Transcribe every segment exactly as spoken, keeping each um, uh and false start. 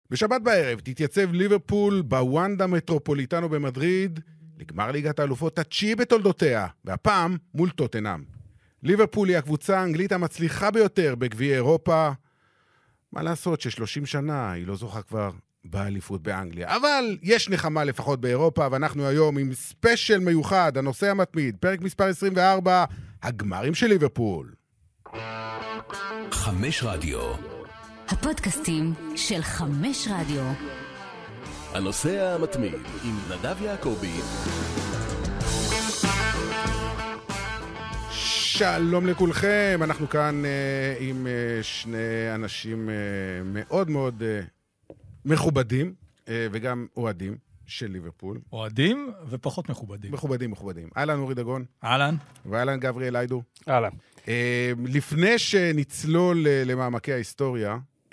בשבת בערב תתייצב ליברפול בוונדה מטרופוליטנו במדריד, לגמר ליגת האלופות התשיעי בתולדותיה, והפעם מול טוטנהאם. ליברפול היא הקבוצה האנגלית המצליחה ביותר בגביע אירופה. מה לעשות ש-שלושים שנה היא לא זוכה כבר באליפות באנגליה. אבל יש נחמה לפחות באירופה, ואנחנו היום עם ספיישל מיוחד, הנושא המתמיד, פרק מספר עשרים וארבע, הגמרים של ליברפול. חמש רדיו. הפודקאסטים של חמש רדיו. הנושא המתמיד עם נדב יעקבי. שלום לכולכם, אנחנו כאן uh, עם uh, שני אנשים uh, מאוד מאוד uh, מכובדים uh, וגם אוהדים של ליברפול. אוהדים ופחות מכובדים. מכובדים, מכובדים. אהלן אורי דגון. אהלן. ואהלן גבריאל איידו. אהלן. Uh, לפני שנצלול uh, למעמקי ההיסטוריה, uh,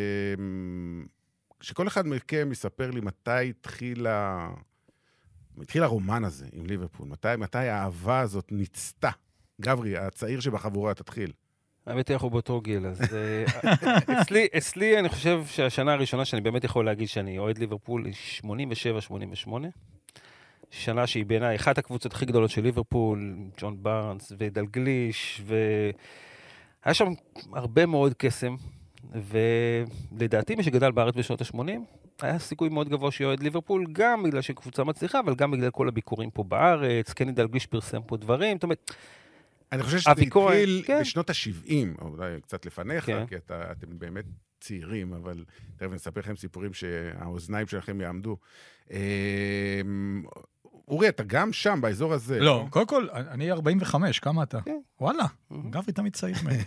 שכל אחד מכם יספר לי מתי התחיל, ה... התחיל הרומן הזה עם ליברפול, מתי, מתי האהבה הזאת נצתה. גברי, הצעיר שבחבורה, תתחיל. האמת היא, אנחנו באותו גיל, אז אצלי, אצלי אני חושב שהשנה הראשונה שאני באמת יכול להגיד שאני אוהד ליברפול היא שמונים ושבע שמונים ושמונה. שנה שהיא בעיניי אחת הקבוצות הכי גדולות של ליברפול, ג'ון בארנס ודלגליש, והיה שם הרבה מאוד קסם, ולדעתי מי שגדל בארץ בשנות ה-שמונים, היה סיכוי מאוד גבוה שיועד ליברפול, גם בגלל שקבוצה מצליחה, אבל גם בגלל כל הביקורים פה בארץ, קני דלגליש פרסם פה דברים, זאת אומרת, אני חושב שזה התחיל בשנות ה-שבעים, או אולי קצת לפניך, כי אתם באמת צעירים, אבל תכף נספר לכם סיפורים שהאוזניים שלכם יעמדו. אורי, אתה גם שם, באזור הזה? לא, קודם כל, אני ארבעים וחמש, כמה אתה? וואלה, גברי תמיד צעיר מהם.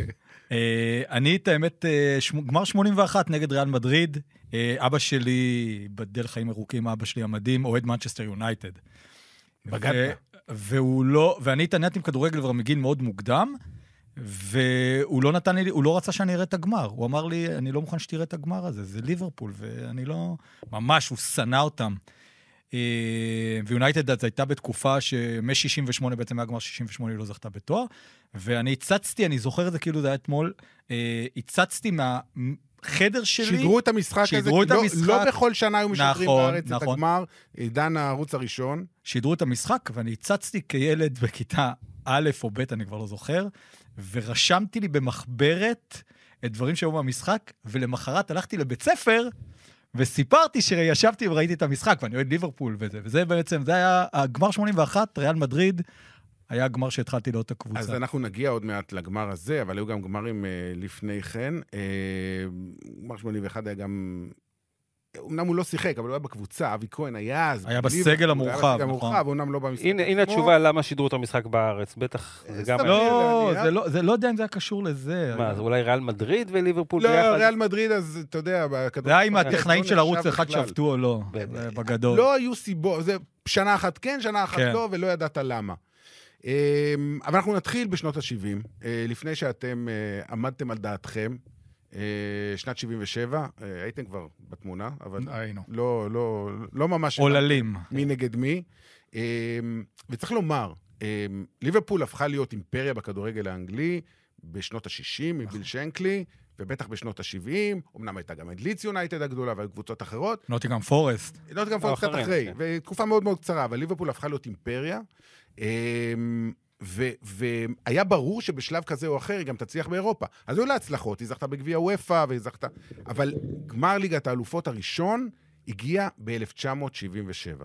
אני, את האמת, גמר שמונים ואחת נגד ריאל מדריד, אבא שלי, בדל חיים ארוכים, אבא שלי המדהים, אוהד מנצ'סטר יונייטד. בגדת. והוא לא, ואני התעניינתי עם כדורגל כבר מגיל מאוד מוקדם, והוא לא נתן לי, הוא לא רצה שאני אראה את הגמר. הוא אמר לי, אני לא מוכן שתראה את הגמר הזה, זה ליברפול, ואני לא, ממש, הוא שנא אותם. ויונייטד אז הייתה בתקופה שמ-שישים ושמונה, בעצם היה גמר שישים ושמונה, היא לא זכתה בתואר, ואני הצצתי, אני זוכר את זה כאילו זה היה אתמול, הצצתי מה... חדר שלי... שידרו את המשחק הזה, לא, לא בכל שנה היו משדרים נכון, בארץ נכון. את הגמר, עידן הערוץ הראשון. שידרו את המשחק, ואני הצצתי כילד בכיתה א' או ב', אני כבר לא זוכר, ורשמתי לי במחברת את דברים שהיו במשחק, ולמחרת הלכתי לבית ספר, וסיפרתי שישבתי וראיתי את המשחק, ואני אוהד ליברפול וזה, וזה בעצם, זה היה הגמר שמונים ואחת, ריאל מדריד, היה גמר שהתחלתי לאות הקבוצה. אז אנחנו נגיע עוד מעט לגמר הזה, אבל היו גם גמרים אה, לפני כן. אה, גמר שמונים ואחת היה גם... אמנם הוא לא שיחק, אבל הוא היה בקבוצה, אבי כהן היה אז... היה בסגל המורחב, היה בסגל המורחב, אמנם לא במשחק. הנה, הנה התשובה למה שידרו את המשחק בארץ, בטח זה גם... לא, זה לא, זה לא יודע אם זה היה קשור לזה. מה, זה אולי ריאל מדריד וליברפול ביחד? לא, ריאל מדריד, אז אתה יודע... זה היה עם הטכנאים של ערוץ אחד שבתו או לא, בגדול. לא היו סיבות, זה שנה אחת כן, שנה אחת לא, ולא ידעת למה. אבל אנחנו נתחיל בשנות ה-שבעים, לפני שאתם עמדתם על דעתכם, שנת שבעים ושבע, הייתם כבר בתמונה, אבל לא, לא, לא ממש... עוללים. מי נגד מי. וצריך לומר, ליברפול הפכה להיות אימפריה בכדורגל האנגלי, בשנות ה-שישים, מביל שנקלי, ובטח בשנות ה-שבעים, אמנם הייתה גם את לידס יונייטד הגדולה, אבל קבוצות אחרות. נוטינגהאם פורסט. נוטינגהאם פורסט קצת אחרי, ותקופה מאוד מאוד קצרה, אבל ליברפול הפכה להיות אימפריה, והיה ברור שבשלב כזה או אחר היא גם תצליח באירופה. אז היו לה הצלחות, היא זכתה בגביע וופא, והיא זכתה... אבל גמר ליגת האלופות הראשון הגיע ב-אלף תשע מאות שבעים ושבע.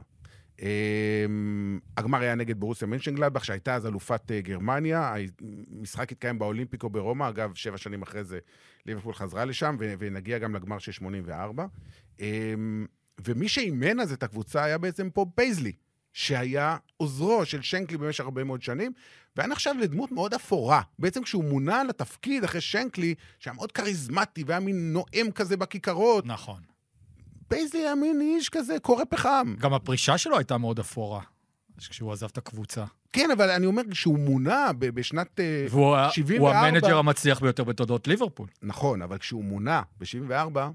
הגמר היה נגד בורוסיה מנשנגלדבך, שהייתה אז אלופת גרמניה, המשחק התקיים באולימפיקו ברומא, אגב, שבע שנים אחרי זה ליברפול חזרה לשם, ונגיע גם לגמר של שמונים וארבע. ומי שאימן אז את הקבוצה היה בעצם פה פייזלי, שהיה עוזרו של שנקלי במשך הרבה מאוד שנים, והיה נחשב לדמות מאוד אפורה. בעצם כשהוא מונה לתפקיד אחרי שנקלי, שהיה מאוד קריזמטי, והיה מין נואם כזה בכיכרות. נכון. פייזלי היה מין איש כזה, קורא פחם. גם הפרישה שלו הייתה מאוד אפורה, כשהוא עזב את הקבוצה. כן, אבל אני אומר, כשהוא מונה בשנת שבעים וארבע... והוא המנג'ר המצליח ביותר בתולדות ליברפול. נכון, אבל כשהוא מונה ב-שבעים וארבע,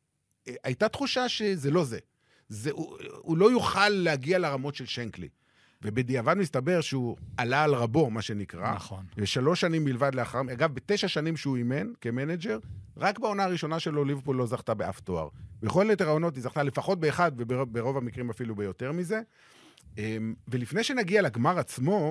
הייתה תחושה שזה לא זה. זה, הוא, הוא לא יוכל להגיע לרמות של שנקלי. ובדיעבד מסתבר שהוא עלה על רבו, מה שנקרא. נכון. ושלוש שנים בלבד לאחר, אגב, בתשע שנים שהוא אימן כמנג'ר, רק בעונה הראשונה שלו ליברפול לא זכתה באף תואר. בכל יתר העונות היא זכתה לפחות באחד, וברוב המקרים אפילו ביותר מזה. ולפני שנגיע לגמר עצמו,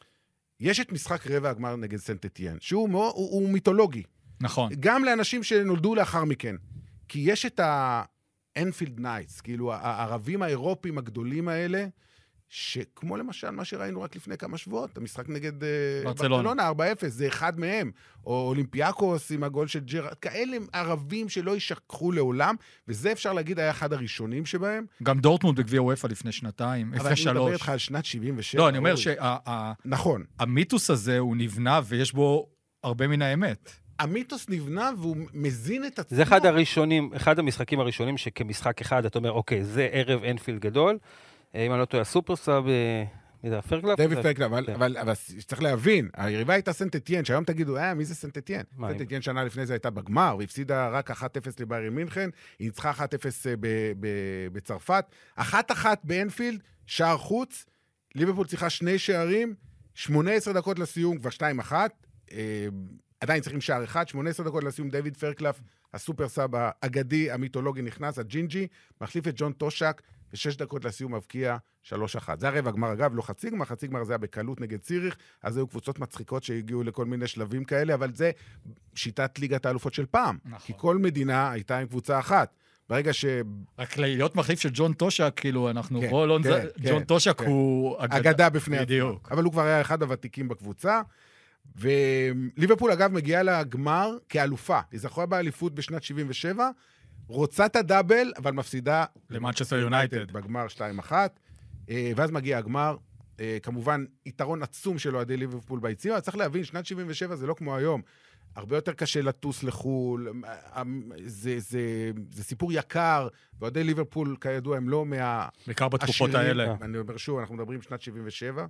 יש את משחק רבע הגמר נגד סנט אתיין, שהוא הוא, הוא, הוא מיתולוגי. נכון. גם לאנשים שנולדו לאחר מכן. כי יש את האנפילד נייטס, כאילו הערבים האירופיים הגדולים האלה, שכמו למשל מה שראינו רק לפני כמה שבועות, המשחק נגד ברצלונה, ארבע אפס, זה אחד מהם, או אולימפיאקוס עם הגול של ג'רארד, כאלה ערבים שלא יישכחו לעולם, וזה אפשר להגיד היה אחד הראשונים שבהם. גם דורטמונד בגביע וופא לפני שנתיים, לפני שלוש. אבל אני מדבר איתך על שנת שבעים ושבע. לא, אני אומר נכון. שהמיתוס הזה הוא נבנה ויש בו הרבה מן האמת. המיתוס נבנה והוא מזין את עצמו. זה אחד הראשונים, אחד המשחקים הראשונים שכמשחק אחד, אתה אומר, אוקיי, זה ערב אנפילד גדול, אם אני לא טועה, סופרסאב, מי זה, פרקלאפ? דויד פרקלאפ, אבל צריך להבין, היריבה הייתה סנט אתיין, שהיום תגידו, אה, מי זה סנט אתיין? סנט אתיין שנה לפני זה הייתה בגמר, והפסידה רק אחת אפס לביירן מינכן, היא ניצחה אחת אפס בצרפת, אחת אחת באנפילד, שער חוץ, ליברפול צריכה שני שערים, שמונה עשרה דקות לסיום, כבר שתיים אחת, עדיין צריכים שער אחד, שמונה עשרה דקות לסיום, דויד פרקלאפ, הסופר סאב האגדי, המיתולוגי נכנס, הג'ינג'י, מחליף את ג'ון טושק, ושש דקות לסיום מבקיע שלוש אחת. זה הרבע גמר, אגב, לא חצי גמר, חצי גמר זה היה בקלות נגד ציריך, אז היו קבוצות מצחיקות שהגיעו לכל מיני שלבים כאלה, אבל זה שיטת ליגת האלופות של פעם. נכון. כי כל מדינה הייתה עם קבוצה אחת. ברגע ש... רק להיות מחליף של ג'ון טושק, כאילו, אנחנו... כן, לא, כן, זה... כן, ג'ון טושק כן. הוא... אגדה בפני בדיוק. עצמו. אבל הוא כבר היה אחד הוותיקים בקבוצה, וליברפול, אגב, מגיעה לגמר כאלופה. היא זכתה באליפות בשנת שבעים ושבע, רוצה את הדאבל, אבל מפסידה למנצ'סטר יונייטד בגמר שתיים אחת, ואז מגיע הגמר, כמובן יתרון עצום של אוהדי ליברפול ביציע. צריך להבין, שנת שבעים ושבע זה לא כמו היום, הרבה יותר קשה לטוס לחול, זה, זה, זה סיפור יקר, ואוהדי ליברפול כידוע הם לא מהעשירים. בעיקר בתקופות האלה. אני אומר שוב, אנחנו מדברים שנת שבעים ושבע.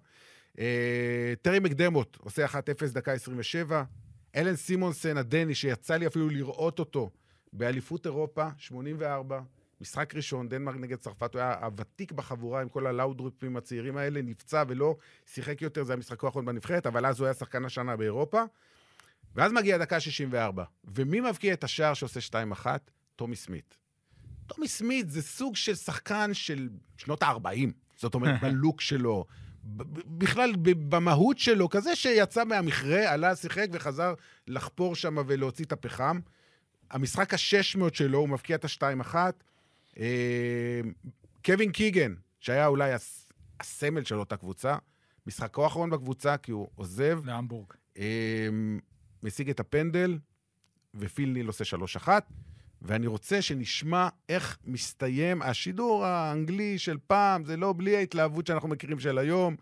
טרי מקדמות עושה אחת אפס דקה עשרים ושבע, אלן סימונסן הדני שיצא לי אפילו לראות אותו, באליפות אירופה, שמונים וארבע, משחק ראשון, דנמרק נגד צרפת, הוא היה הוותיק בחבורה עם כל הלאודרופים הצעירים האלה, נפצע ולא שיחק יותר, זה המשחק האחרון בנבחרת, אבל אז הוא היה שחקן השנה באירופה, ואז מגיע דקה שישים וארבע, ומי מבקיע את השער שעושה שתיים אחת? טומי סמית. טומי סמית זה סוג של שחקן של שנות ה-ארבעים, זאת אומרת, בלוק שלו, בכלל במהות שלו, כזה שיצא מהמכרה, עלה, שיחק וחזר לחפור שם ולהוציא את הפחם, המשחק ה-שש מאות שלו, הוא מבקיע את ה-שתיים אחת. קווין קיגן, שהיה אולי הסמל של אותה קבוצה, משחקו האחרון בקבוצה, כי הוא עוזב. להמבורג. משיג את הפנדל, ופיל ניל עושה שלוש אחת. ואני רוצה שנשמע איך מסתיים השידור האנגלי של פעם, זה לא בלי ההתלהבות שאנחנו מכירים של היום.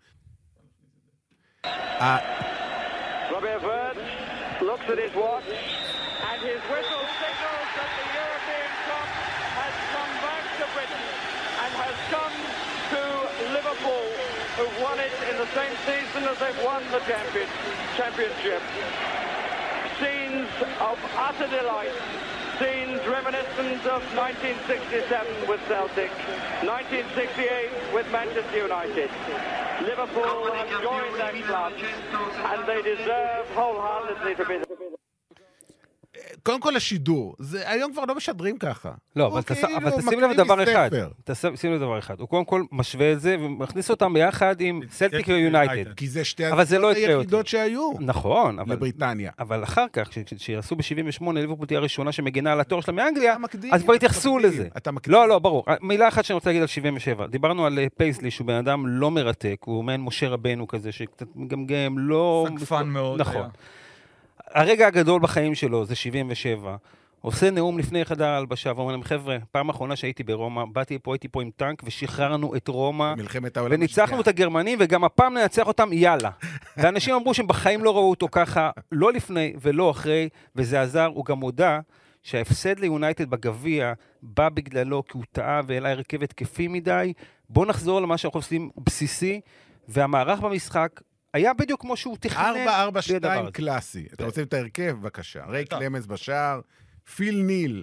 Robert Bird looks at his watch. And his whistle signals that the European Cup has come back to Britain and has come to Liverpool, who've won it in the same season as they've won the champion, championship. Scenes of utter delight, scenes reminiscent of nineteen sixty-seven with Celtic, nineteen sixty-eight with Manchester United. Liverpool have joined that club and they deserve wholeheartedly to be there. קודם כל השידור, זה, היום כבר לא משדרים ככה. לא, אבל, תס... כאילו אבל תשים לב דבר אחד. תשים לב דבר אחד. הוא קודם כל משווה את זה ומכניס אותם ביחד עם סלטיק ויונייטד. כי זה שתי היחידות שהיו. נכון. אבל... לבריטניה. אבל אחר כך, כשיעשו ב-שבעים ושמונה, ליברפול תהיה הראשונה שמגינה על התואר שלה מאנגליה, אז כבר התייחסו לזה. לא, לא, ברור. מילה אחת שאני רוצה להגיד על שבעים ושבע. דיברנו על פייסלי, שהוא בן אדם לא מרתק, הוא מעין משה רבנו כזה, שקצת מגמגם, לא... סקפן מאוד. נכון. הרגע הגדול בחיים שלו זה שבעים ושבע. עושה נאום לפני חדר ההלבשה, ואומר להם, חבר'ה, פעם האחרונה שהייתי ברומא, באתי פה, הייתי פה עם טנק, ושחררנו את רומא, וניצחנו את הגרמנים, וגם הפעם ננצח אותם, יאללה. ואנשים אמרו שהם בחיים לא ראו אותו ככה, לא לפני ולא אחרי, וזה עזר, הוא גם הודע שההפסד ליונייטד בגביע בא בגללו, כי הוא טעה ואלה הרכב התקפי מדי. בואו נחזור למה שאנחנו עושים בסיסי, והמערך במשחק, היה בדיוק כמו שהוא תכנן. ארבע ארבע שתיים קלאסי. אתה רוצה את ההרכב? בבקשה. ריי קלמנס בשער, פיל ניל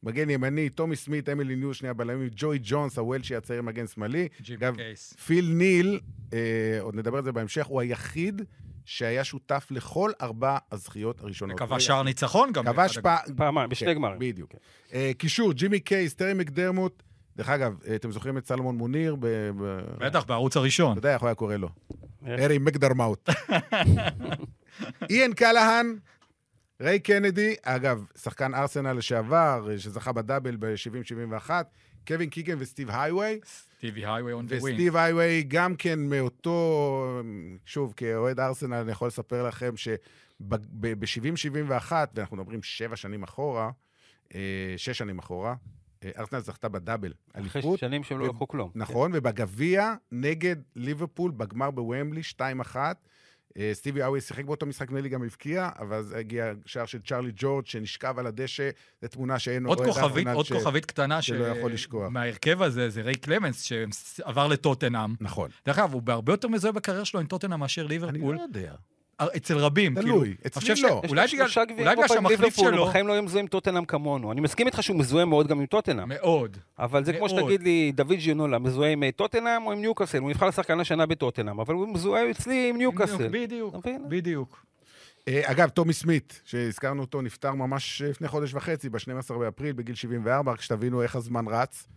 מגן ימני, טומי סמית, אמילי ניוז, שני הבלמים, ג'וי ג'ונס, הוולשי הצעיר מגן שמאלי. ג'ימי קייס. פיל ניל, אה, עוד נדבר על זה בהמשך, הוא היחיד שהיה שותף לכל ארבע הזכיות הראשונות. וכבש שער ניצחון גם. כבש פעמיים, בשני גמרים. בדיוק. קישור, ג'ימי קייס, טרי מקדרמוט, דרך אגב, אתם זוכרים את סלמון מוניר? בטח, בערוץ הראשון. אתה יודע איך הוא היה קורא לו. ארי מקדרמאוט. איין קלהן, ריי קנדי, אגב, שחקן ארסנל לשעבר, שזכה בדאבל ב-שבעים שבעים ואחת, קווין קיגן וסטיב הייווי. סטיבי הייווי on the wing. וסטיב הייווי גם כן מאותו, שוב, כאוהד ארסנל, אני יכול לספר לכם שב-שבעים שבעים ואחת, ואנחנו מדברים שבע שנים אחורה, שש שנים אחורה, ארסנל זכתה בדאבל. אחרי שנים שהם לא לקחו כלום. נכון, ובגביע נגד ליברפול, בגמר בוומבלי, שתיים אחת, סטיבי האווי שיחק באותו משחק, נלי גם הבקיע, אבל אז הגיע שער של צ'רלי ג'ורג' שנשכב על הדשא, זו תמונה שאין עוד כוכבית, עוד כוכבית קטנה שלא יכול לשכוח. מההרכב הזה, זה ריי קלמנס, שעבר לטוטנהאם. נכון. דרך אגב, הוא בהרבה יותר מזוהה בקריירה שלו עם טוטנהאם מאשר ליברפול. אני לא יודע. אצל רבים, תלוי, אצלי לא. אולי בגלל שהמחליף שלו... בחיים לא יהיה מזוהה עם טוטנהאם כמונו. אני מסכים איתך שהוא מזוהה מאוד גם עם טוטנהאם. מאוד. אבל זה כמו שתגיד לי, דוד ג'יונולה, מזוהה עם טוטנהאם או עם ניוקאסל? הוא נבחר לשחקן השנה בטוטנהאם, אבל הוא מזוהה אצלי עם ניוקאסל. בדיוק, בדיוק. אגב, טומי סמית, שהזכרנו אותו, נפטר ממש לפני חודש וחצי, ב-שנים עשר באפריל, בגיל שבעים וארבע, רק שתבינו איך הזמן רץ.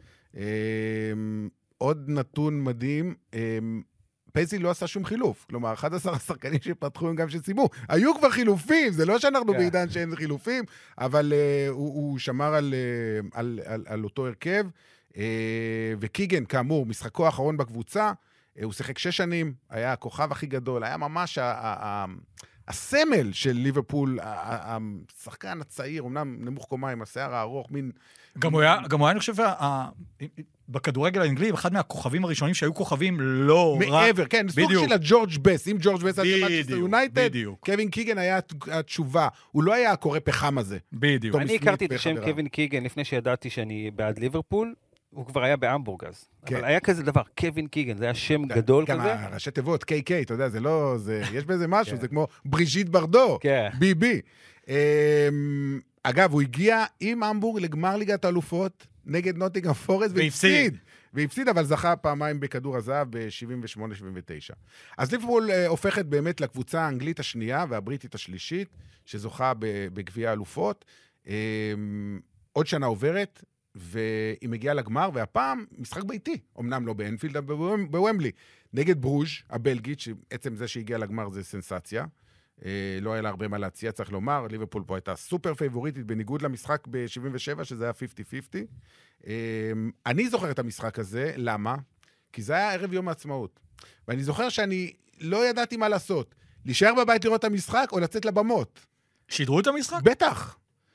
עוד נתון מדהים, פייזלי לא עשה שום חילוף, כלומר, אחד עשר השחקנים שפתחו הם גם שסיימו, היו כבר חילופים, זה לא שאנחנו בעידן שאין חילופים, אבל uh, הוא, הוא שמר על, uh, על, על, על אותו הרכב, uh, וקיגן, כאמור, משחקו האחרון בקבוצה, uh, הוא שיחק שש שנים, היה הכוכב הכי גדול, היה ממש ה- ה- ה- הסמל של ליברפול, השחקן הצעיר, אמנם נמוך קומה עם השיער הארוך, מין... גם הוא היה, גם הוא היה, אני חושב, בכדורגל האנגלי, אחד מהכוכבים הראשונים שהיו כוכבים לא רע. מעבר, כן, סוג של הג'ורג' בס, אם ג'ורג' בס היה במנצ'סטר יונייטד, קווין קיגן היה התשובה, הוא לא היה הקורא פחם הזה. בדיוק. אני הכרתי את השם קווין קיגן לפני שידעתי שאני בעד ליברפול, הוא כבר היה בהמבורג אז. אבל היה כזה דבר, קווין קיגן, זה היה שם גדול כזה. גם הראשי תיבות, קיי קיי, אתה יודע, זה לא, יש בזה משהו, זה כמו בריז'יט ברדו, בי בי. אגב, הוא הגיע עם המבורג לגמר ליגת האלופות, נגד נוטינגהאם פורסט, והפסיד. והפסיד, אבל זכה פעמיים בכדור הזהב ב-שבעים ושמונה שבעים ותשע. אז ליברפול הופכת באמת לקבוצה האנגלית השנייה והבריטית השלישית, שזוכה בגביע האלופות. עוד שנה עוברת, והיא מגיעה לגמר, והפעם משחק ביתי, אמנם לא באנפילד, אבל בוומבלי, נגד ברוז' הבלגית, שעצם זה שהגיעה לגמר זה סנסציה. לא היה לה הרבה מה להציע, צריך לומר, ליברפול פה הייתה סופר פייבוריטית, בניגוד למשחק ב-שבעים ושבע, שזה היה חמישים חמישים. אני זוכר את המשחק הזה, למה? כי זה היה ערב יום העצמאות. ואני זוכר שאני לא ידעתי מה לעשות, להישאר בבית לראות את המשחק, או לצאת לבמות. שידרו את המשחק? בטח.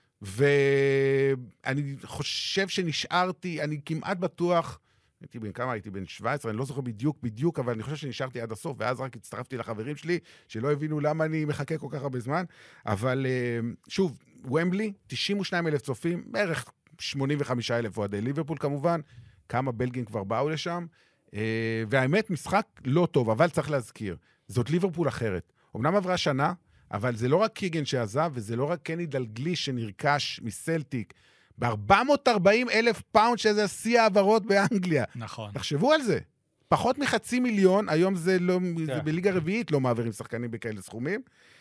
ואני חושב שנשארתי, אני כמעט בטוח, הייתי בן כמה, הייתי בן שבע עשרה, אני לא זוכר בדיוק, בדיוק, אבל אני חושב שנשארתי עד הסוף, ואז רק הצטרפתי לחברים שלי, שלא הבינו למה אני מחכה כל כך הרבה זמן, אבל שוב, ומבלי, תשעים ושניים אלף צופים, בערך שמונים וחמישה אלף אוהדי ליברפול כמובן, כמה בלגים כבר באו לשם, והאמת, משחק לא טוב, אבל צריך להזכיר, זאת ליברפול אחרת. אמנם עברה שנה, אבל זה לא רק קיגן שעזב, וזה לא רק קני דלגליש שנרכש מסלטיק, ב-ארבע מאות וארבעים אלף פאונד, שזה שיא העברות באנגליה. נכון. תחשבו על זה. פחות מחצי מיליון, היום זה, לא, זה בליגה רביעית לא מעבירים שחקנים בכאלה סכומים.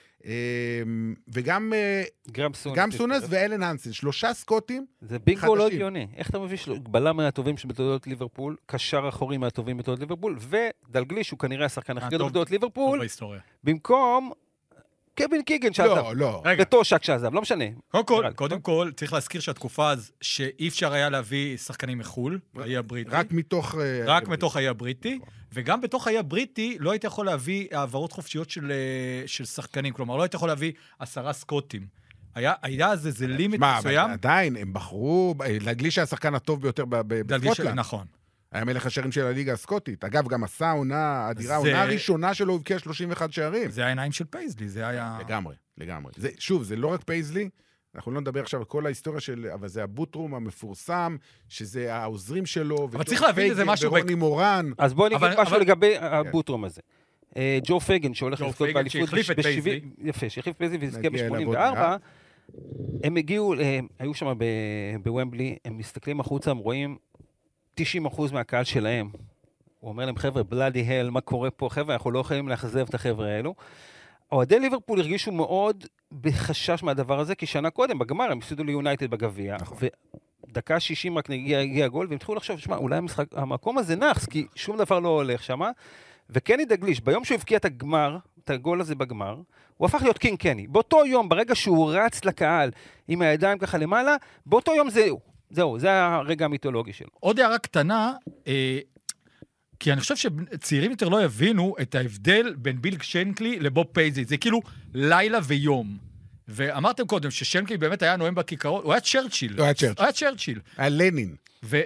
וגם גם סונס ואלן הנסן, שלושה סקוטים חדשים. זה בינגו לא הגיוני. איך אתה מביא בלם מהטובים של בתולדות ליברפול, קשר אחורי מהטובים בתולדות ליברפול, ודלגליש הוא כנראה השחקן הכי גדול בתולדות ליברפול, במקום... קווין קיגן שעזב. לא, לא. וטושק שעזב, לא משנה. קודם כל, קודם כל, צריך להזכיר שהתקופה אז, שאי אפשר היה להביא שחקנים מחול, האי הבריטי. רק מתוך... רק מתוך האי הבריטי, וגם בתוך האי הבריטי לא היית יכול להביא העברות חופשיות של, של שחקנים, כלומר, לא היית יכול להביא עשרה סקוטים. היה, היה איזה, זה לימיט מסוים. מה, עדיין, הם בחרו, דלגליש היה השחקן הטוב ביותר בסקוטלנד. נכון. היה מלך השערים של הליגה הסקוטית. אגב, גם עשה עונה אדירה, העונה הראשונה שלו הבקיע שלושים ואחד שערים. זה העיניים של פייזלי, זה היה... לגמרי, לגמרי. זה, שוב, זה לא רק פייזלי, אנחנו לא נדבר עכשיו על כל ההיסטוריה של... אבל זה הבוטרום המפורסם, שזה העוזרים שלו, אבל צריך להבין את זה משהו... ורוני מורן. אז בואו נגיד משהו לגבי הבוטרום הזה. ג'ו פגן, שהולך לזכות באליפות... שהחליף את פייזלי. יפה, שהחליף פייזלי וזכה ב-שמונים וארבע, הם הגיעו, הם היו שם בוומבלי, הם מסתכלים החוצה, הם רואים תשעים אחוז מהקהל שלהם. הוא אומר להם, חבר'ה, בלאדי הל, מה קורה פה? חבר'ה, אנחנו לא יכולים להחזב את החבר'ה האלו. אוהדי ליברפול הרגישו מאוד בחשש מהדבר הזה, כי שנה קודם, בגמר, הם הפסידו ליונייטד בגביע, נכון. ודקה שישים רק הגיע, הגיע הגול, והם התחילו לחשוב, שמה, אולי המשחק, המקום הזה נחס, כי שום דבר לא הולך שמה, וקני דגליש, ביום שהוא הבקיע את הגמר, את הגול הזה בגמר, הוא הפך להיות קינג קני. באותו יום, ברגע שהוא רץ לקהל עם הידיים ככה למעלה, באותו יום זהו, זהו, זה הרגע המיתולוגי שלו. עוד הערה קטנה, אה, כי אני חושב שצעירים יותר לא יבינו את ההבדל בין ביל שנקלי לבוב פייזי. זה כאילו לילה ויום. ואמרתם קודם ששנקלי באמת היה נואם בכיכרות, הוא היה צ'רצ'יל. הוא היה צ'רצ'יל. הוא היה צ'רצ'יל. היה לנין.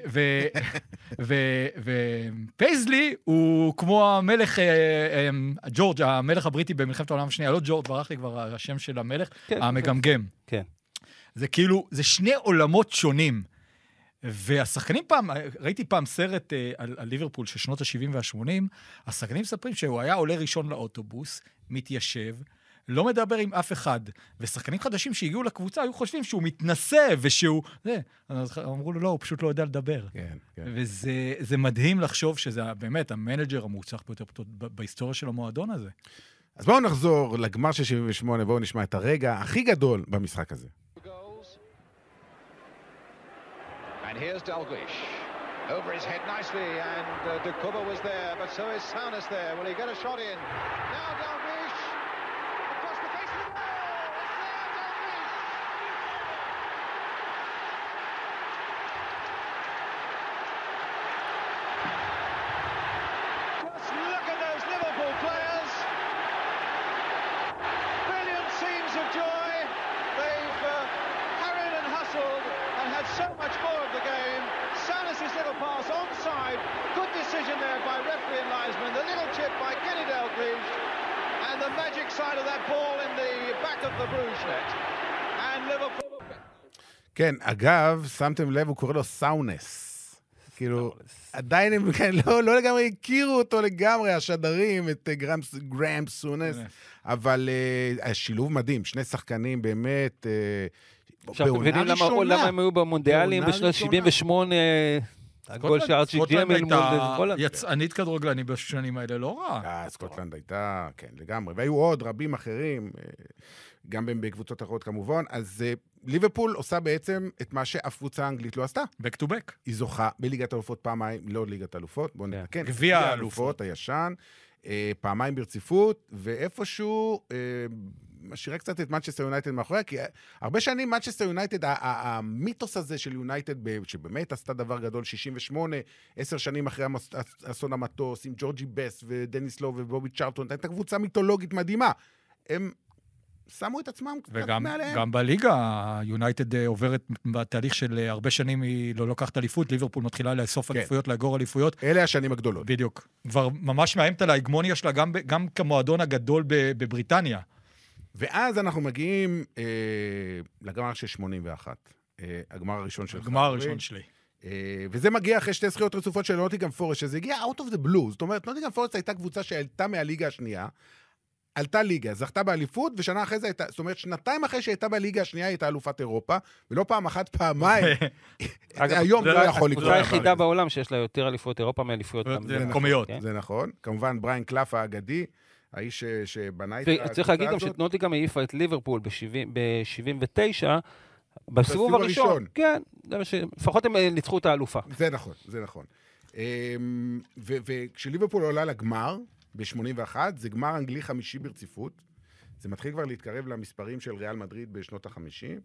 ופייזלי הוא כמו המלך, ג'ורג', המלך הבריטי במלחמת העולם השנייה, לא ג'ורג', ברח לי כבר השם של המלך, המגמגם. כן. זה כאילו, זה שני עולמות שונים. והשחקנים פעם, ראיתי פעם סרט על, על ליברפול של שנות ה-שבעים וה-שמונים, השחקנים מספרים שהוא היה עולה ראשון לאוטובוס, מתיישב, לא מדבר עם אף אחד, ושחקנים חדשים שהגיעו לקבוצה היו חושבים שהוא מתנסה ושהוא... זה, אז אמרו לו, לא, הוא פשוט לא יודע לדבר. כן, כן. וזה זה מדהים לחשוב שזה באמת המנג'ר המוצלח ביותר בהיסטוריה של המועדון הזה. אז בואו נחזור לגמר של שבעים ושמונה, בואו נשמע את הרגע הכי גדול במשחק הזה. And here's Dalglish, over his head nicely, and uh, De Koba was there, but so is Saunas there. Will he get a shot in? Now Dalglish, across the face of the ball, it's there, Dalglish! Just look at those Liverpool players. Brilliant scenes of joy. They've uh, harried and hustled and had so much more of the game. Salas' little pass onside. Good decision there by referee and linesman. The little chip by Kenny Dalglish. And the magic side of that ball in the back of the Bruges net. And Liverpool... כן, אגב, שמתם לב, הוא קורא לו סאונס. כאילו, עדיין הם לא, לא לגמרי הכירו אותו לגמרי, השדרים, את גרם, גרם סונס. אבל uh, השילוב מדהים, שני שחקנים באמת... Uh, עכשיו, אתם מבינים למה הם היו במונדיאלים בשנות שבעים ושמונה, הגול של ארצ'י ג'מל מול הולנד. יצאנית כדורגלני בשנים האלה, לא רע. סקוטלנד הייתה, כן, לגמרי. והיו עוד רבים אחרים, גם בקבוצות אחרות כמובן. אז ליברפול עושה בעצם את מה שאף קבוצה האנגלית לא עשתה. back to back. היא זוכה בליגת האלופות פעמיים, לא ליגת האלופות, בואו נתקן. גביע האלופות הישן, פעמיים ברציפות, ואיפשהו... משאירה קצת את מנצ'סטר יונייטד מאחוריה, כי הרבה שנים מנצ'סטר יונייטד, המיתוס הזה של יונייטד, שבאמת עשתה דבר גדול, שישים ושמונה, עשר שנים אחרי אסון המטוס, עם ג'ורג'י בסט ודניס לו ובובי צ'רלטון, הייתה קבוצה מיתולוגית מדהימה. הם שמו את עצמם קצת מעליהם. וגם בליגה, יונייטד עוברת בתהליך של הרבה שנים, היא לא לוקחת אליפות, ליברפול מתחילה לאסוף אליפויות, לאגור אליפויות. אלה השנים הגדולות. בדיוק. כבר ממש מאיימת על ההגמוניה שלה, גם כמועדון הגדול בבריטניה. ואז אנחנו מגיעים אה, לגמר של שמונים ואחת. אה, הגמר הראשון של... הגמר הראשון שלי. אה, וזה מגיע אחרי שתי זכיות רצופות של נוטיגהאם פורסט, שזה הגיע out of the blue. זאת אומרת, נוטיגהאם פורסט הייתה קבוצה שעלתה מהליגה השנייה, עלתה ליגה, זכתה באליפות, ושנה אחרי זה הייתה, זאת אומרת, שנתיים אחרי שהייתה בליגה השנייה, הייתה אלופת אירופה, ולא פעם אחת, פעמיים. היום לא יכול לקרוא. הקבוצה היחידה בעולם שיש לה יותר אליפות אירופה מאליפויות מקומיות. זה נכון. כמובן, בריין קלאף האגדי, האיש שבנה את הקבוצה הזאת. צריך להגיד גם שנוטיגהאם העיפה את ליברפול ב-שבעים ותשע, בסיבוב הראשון. כן, לפחות הם ניצחו את האלופה. זה נכון, זה נכון. וכשליברפול עולה לגמר, ב-שמונים ואחת, זה גמר אנגלי חמישי ברציפות. זה מתחיל כבר להתקרב למספרים של ריאל מדריד בשנות החמישים.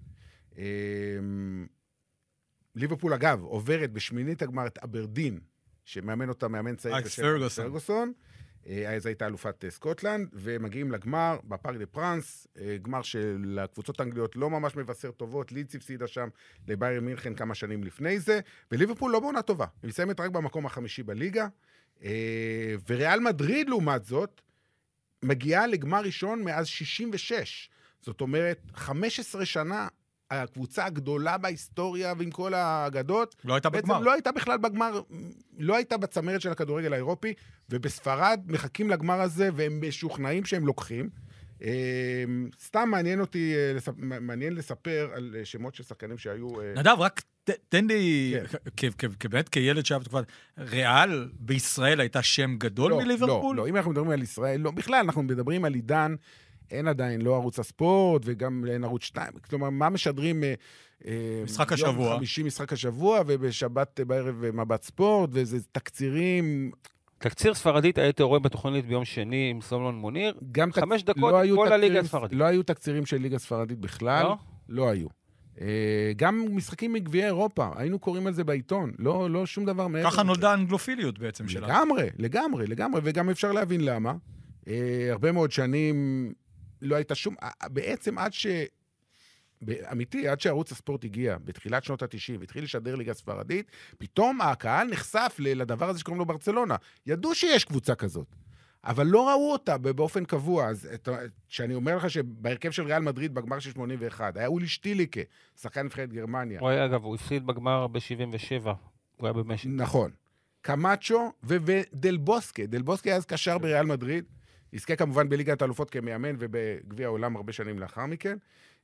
ליברפול, אגב, עוברת בשמינית הגמר את אברדין, שמאמן אותה מאמן צעיר בשם פרגוסון. אז הייתה אלופת סקוטלנד, ומגיעים לגמר בפארק דה פרנס, גמר של הקבוצות האנגליות לא ממש מבשר טובות, לידס הפסידה שם לביירן מינכן כמה שנים לפני זה, וליברפול לא בעונה טובה, היא מסיימת רק במקום החמישי בליגה, וריאל מדריד לעומת זאת, מגיעה לגמר ראשון מאז שישים ושש, זאת אומרת, חמש עשרה שנה, הקבוצה הגדולה בהיסטוריה ועם כל האגדות, לא הייתה בגמר. לא הייתה בכלל בגמר, לא הייתה בצמרת של הכדורגל האירופי, ובספרד מחכים לגמר הזה, והם משוכנעים שהם לוקחים. סתם מעניין אותי, מעניין לספר על שמות של שחקנים שהיו... נדב, רק תן לי, באמת כילד שהיה בתקופה, ריאל בישראל הייתה שם גדול מליברפול? לא, לא, אם אנחנו מדברים על ישראל, לא, בכלל אנחנו מדברים על עידן, אין עדיין לא ערוץ הספורט וגם אין ערוץ שתיים, כלומר, מה משדרים... משחק השבוע. יום חמישי משחק השבוע, ובשבת בערב מבט ספורט, וזה תקצירים... תקציר ספרדית הייתי רואה בתוכנית ביום שני עם סולומון מוניר, חמש דקות לא כל הליגה הספרדית. לא היו תקצירים של ליגה ספרדית בכלל, לא? לא היו. גם משחקים מגביעי אירופה, היינו קוראים על זה בעיתון, לא, לא שום דבר מעבר. ככה נולדה האנגלופיליות בעצם שלה. לגמרי, לגמרי, לגמרי, וגם אפשר להבין למה. הרבה מאוד שנים לא הייתה שום, בעצם עד ש... אמיתי, עד שערוץ הספורט הגיע, בתחילת שנות ה-תשעים, והתחיל לשדר ליגה ספרדית, פתאום הקהל נחשף לדבר הזה שקוראים לו ברצלונה. ידעו שיש קבוצה כזאת, אבל לא ראו אותה באופן קבוע. אז שאני אומר לך שבהרכב של ריאל מדריד בגמר של שמונים ואחת, היה אולי שטיליקה, שחקן נבחרת גרמניה. הוא היה, אגב, הוא הפסיד בגמר ב-שבעים ושבע, הוא היה במשק. נכון. קמאצ'ו ודל בוסקה, דל בוסקה היה אז קשר בריאל מדריד, הזכה כמובן בליגת האלופות כמאמן ובגביע העולם הרבה שנים לאחר מכן.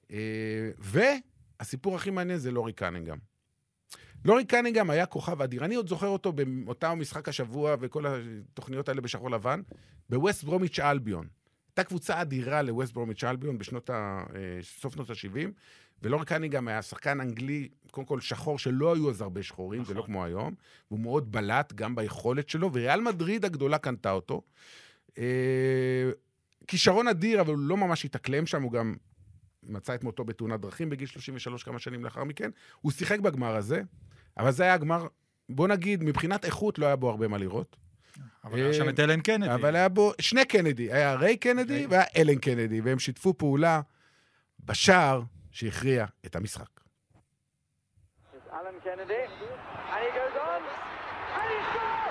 והסיפור הכי מעניין זה לורי קנינגהאם. לורי קנינגהאם היה כוכב אדיר. אני עוד זוכר אותו באותה משחק השבוע וכל התוכניות האלה בשחור לבן, בווסט ברומיץ' אלביון. הייתה קבוצה אדירה לווסט ברומיץ' אלביון בסוף שנות ה-שבעים, ולורי קנינגהאם היה שחקן אנגלי, קודם כל שחור, שלא היו אז הרבה שחורים, זה לא כמו היום, והוא מאוד בלט גם ביכולת שלו, וריאל מדריד הגדולה קנתה אותו. כישרון אדיר, אבל הוא לא ממש התאקלם שם, הוא גם מצא את מותו בתאונת דרכים בגיל שלושים ושלוש כמה שנים לאחר מכן. הוא שיחק בגמר הזה, אבל זה היה הגמר, בוא נגיד, מבחינת איכות לא היה בו הרבה מה לראות. אבל היה שם את אלן קנדי. אבל היה בו שני קנדי, היה ריי קנדי והיה אלן קנדי, והם שיתפו פעולה בשער שהכריע את המשחק. אלן קנדי, and he goes on, and he scores!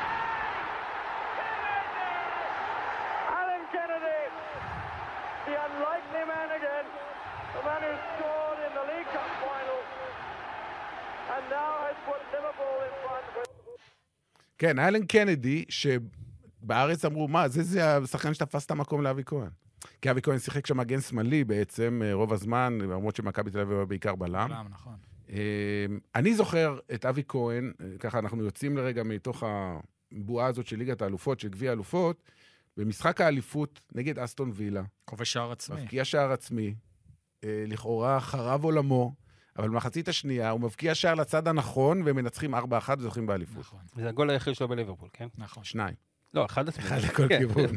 Alan Kennedy, the unlikely man again, the man who scored in the League Cup final, and now has put Liverpool in front. כן, אלן קנדי, שבארץ אמרו, מה, זה זה השחקן שתפס את המקום לאבי כהן. כי אבי כהן שיחק שם מגן שמאלי בעצם, רוב הזמן, למרות שמכבי תל אביב בעיקר בלם. בלם, נכון. אני זוכר את אבי כהן, ככה אנחנו יוצאים לרגע מתוך הבועה הזאת של ליגת האלופות, של גביע האלופות, במשחק האליפות נגד אסטון וילה. כובש שער עצמי. מבקיע שער עצמי, לכאורה חרב עולמו, אבל במחצית השנייה הוא מבקיע שער לצד הנכון, ומנצחים ארבע אחת וזוכים באליפות. נכון. זה הגול היחיד שלו בליברפול, כן? נכון. שניים. לא, אחד עצמי. אחד לכל כיוון.